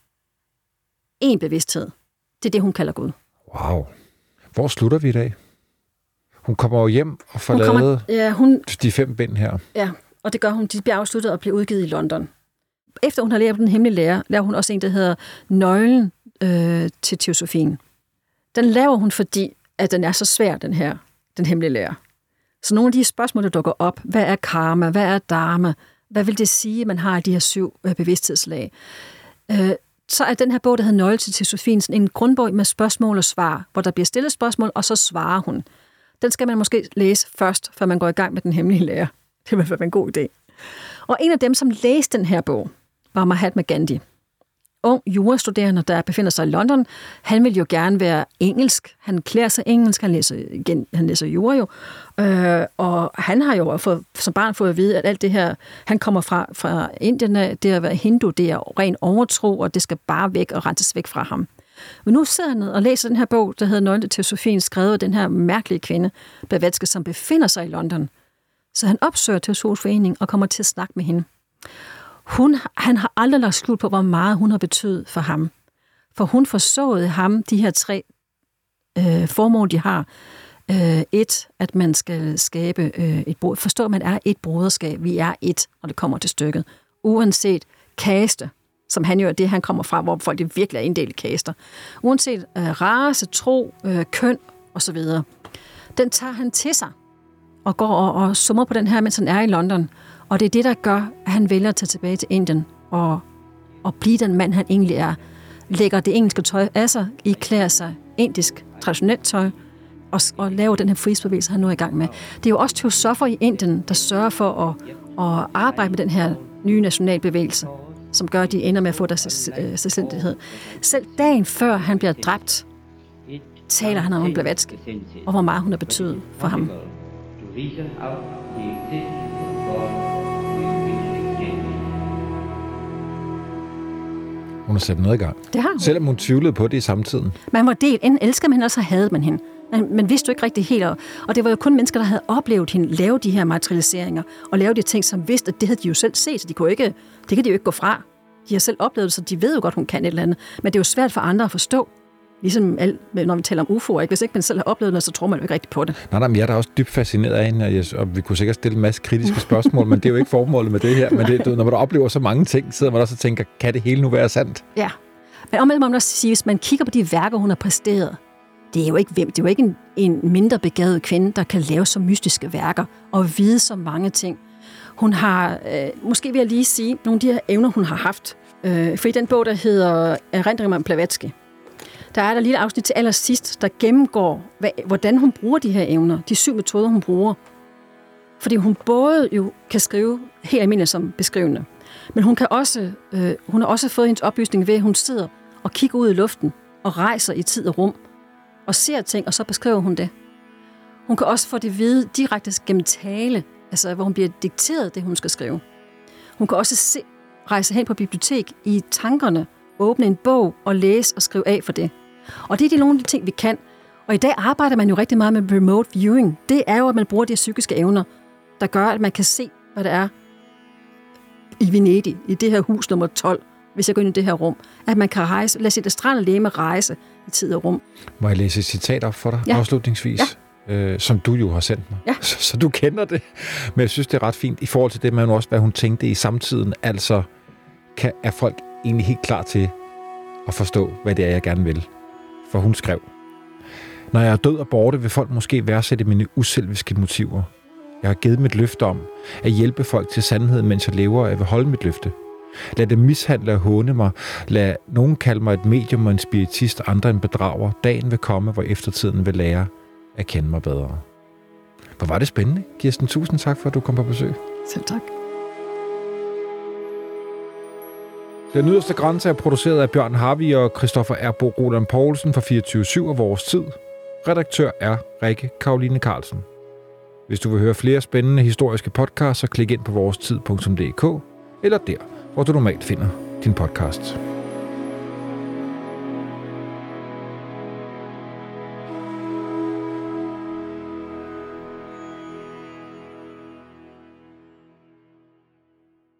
én bevidsthed. Det er det, hun kalder Gud. Wow. Hvor slutter vi i dag? Hun kommer jo hjem og får lavet de 5 bind her. Ja, og det gør hun. De bliver afsluttet og bliver udgivet i London. Efter hun har lært den hemmelige lære, laver hun også en, der hedder Nøglen til teosofien. Den laver hun, fordi at den er så svær, den hemmelige lære. Så nogle af de spørgsmål, der dukker op, hvad er karma, hvad er dharma, hvad vil det sige, at man har de her 7 bevidsthedslag? Så er den her bog, der hedder Nøgle til teosofien, en grundbog med spørgsmål og svar, hvor der bliver stillet spørgsmål, og så svarer hun. Den skal man måske læse først, før man går i gang med den hemmelige lære. Det vil være en god idé. Og en af dem, som læste den her bog, var Mahatma Gandhi. Ung jurastuderende, der befinder sig i London. Han vil jo gerne være engelsk. Han klæder sig engelsk. Han læser jura jo. Og han har jo som barn fået at vide, at alt det her, han kommer fra Indien, det at være hindu, det er ren overtro, og det skal bare væk og renses væk fra ham. Men nu sidder han og læser den her bog, der hedder Nøgle til Sofien, skrevet af den her mærkelige kvinde, Blavatsky, som befinder sig i London. Så han opsøger Teosofisk Forening og kommer til at snakke med hende. Han har aldrig lagt skjul på, hvor meget hun har betydet for ham. For hun forsåede ham de her 3 formål, de har. At man skal skabe et bror. Forstå, at man er et broderskab. Vi er et, når det kommer til stykket. Uanset kaste, som han jo er det, han kommer fra, hvor folk det virkelig er inddelt i kaster. Uanset race, tro, køn osv. Den tager han til sig og går og summer på den her, mens han er i London. Og det er det, der gør, at han vælger at tage tilbage til Indien og blive den mand, han egentlig er. Lægger det engelske tøj af sig, iklæder sig indisk traditionelt tøj og laver den her frihedsbevægelse, han nu er i gang med. Det er jo også teosofer i Indien, der sørger for at arbejde med den her nye nationalbevægelse, som gør, at de ender med at få deres selvstændighed. Selv dagen før han bliver dræbt, taler han om Blavatsky, og hvor meget hun har betydet for ham. Hun har sat noget i gang. Det har hun. Selvom hun tvivlede på det i samtiden. Man var delt. Enten elskede man hende, og så hadede man hende. Man vidste jo ikke rigtig helt. Og det var jo kun mennesker, der havde oplevet hende lave de her materialiseringer, og lave de ting, som vidste, at det havde de jo selv set, så det kan de jo ikke gå fra. De har selv oplevet det, så de ved jo godt, hun kan et eller andet. Men det er jo svært for andre at forstå. Ligesom når vi taler om UFO'er. Hvis ikke man selv har oplevet noget, så tror man jo ikke rigtigt på det. Nej, men jeg er da også dybt fascineret af hende, og vi kunne sikkert stille en masse kritiske spørgsmål, men det er jo ikke formålet med det her. Men det, når man oplever så mange ting, sidder man også og tænker, kan det hele nu være sandt? Ja, men omvendt må man også sige, hvis man kigger på de værker, hun har præsteret, det er jo ikke en mindre begavet kvinde, der kan lave så mystiske værker og vide så mange ting. Hun har, måske vil jeg lige sige, nogle af de her evner, hun har haft. For i den bog, der hedder Erindringer om Blavatsky, der er der lige et afsnit til allersidst, der gennemgår, hvordan hun bruger de her evner, de 7 metoder, hun bruger. Fordi hun både jo kan skrive helt almindeligt som beskrivende, men hun har også fået hendes oplysning ved, at hun sidder og kigger ud i luften og rejser i tid og rum og ser ting, og så beskriver hun det. Hun kan også få det at vide direkte gennem tale, altså hvor hun bliver dikteret det, hun skal skrive. Hun kan også rejse hen på bibliotek i tankerne, åbne en bog og læse og skrive af for det. Og det er nogle af de ting, vi kan. Og i dag arbejder man jo rigtig meget med remote viewing. Det er jo, at man bruger de psykiske evner, der gør, at man kan se, hvad det er i Venedig, i det her hus nummer 12, hvis jeg går ind i det her rum. At man kan lade sit astrale legeme rejse i tid og rum. Må jeg læse et citat op for dig afslutningsvis? Ja. Som du jo har sendt mig. Ja. Så du kender det. Men jeg synes, det er ret fint i forhold til det, men også, hvad hun tænkte i samtiden. Altså, er folk egentlig helt klar til at forstå, hvad det er, jeg gerne vil? For hun skrev: Når jeg er død og borte, vil folk måske værdsætte mine uselviske motiver. Jeg har givet mit løfte om at hjælpe folk til sandheden, mens jeg lever, og jeg vil holde mit løfte. Lad dem mishandle og håne mig. Lad nogen kalde mig et medium og en spiritist, andre en bedrager. Dagen vil komme, hvor eftertiden vil lære at kende mig bedre. Hvor var det spændende, Kirsten. Tusind tak for, at du kom på besøg. Selv tak. Den yderste grænse er produceret af Bjørn Harvig og Christoffer Erbo Roland Poulsen for 24/7 og Vores Tid. Redaktør er Rikke Karoline Carlsen. Hvis du vil høre flere spændende historiske podcasts, så klik ind på vorestid.dk eller der, hvor du normalt finder din podcast.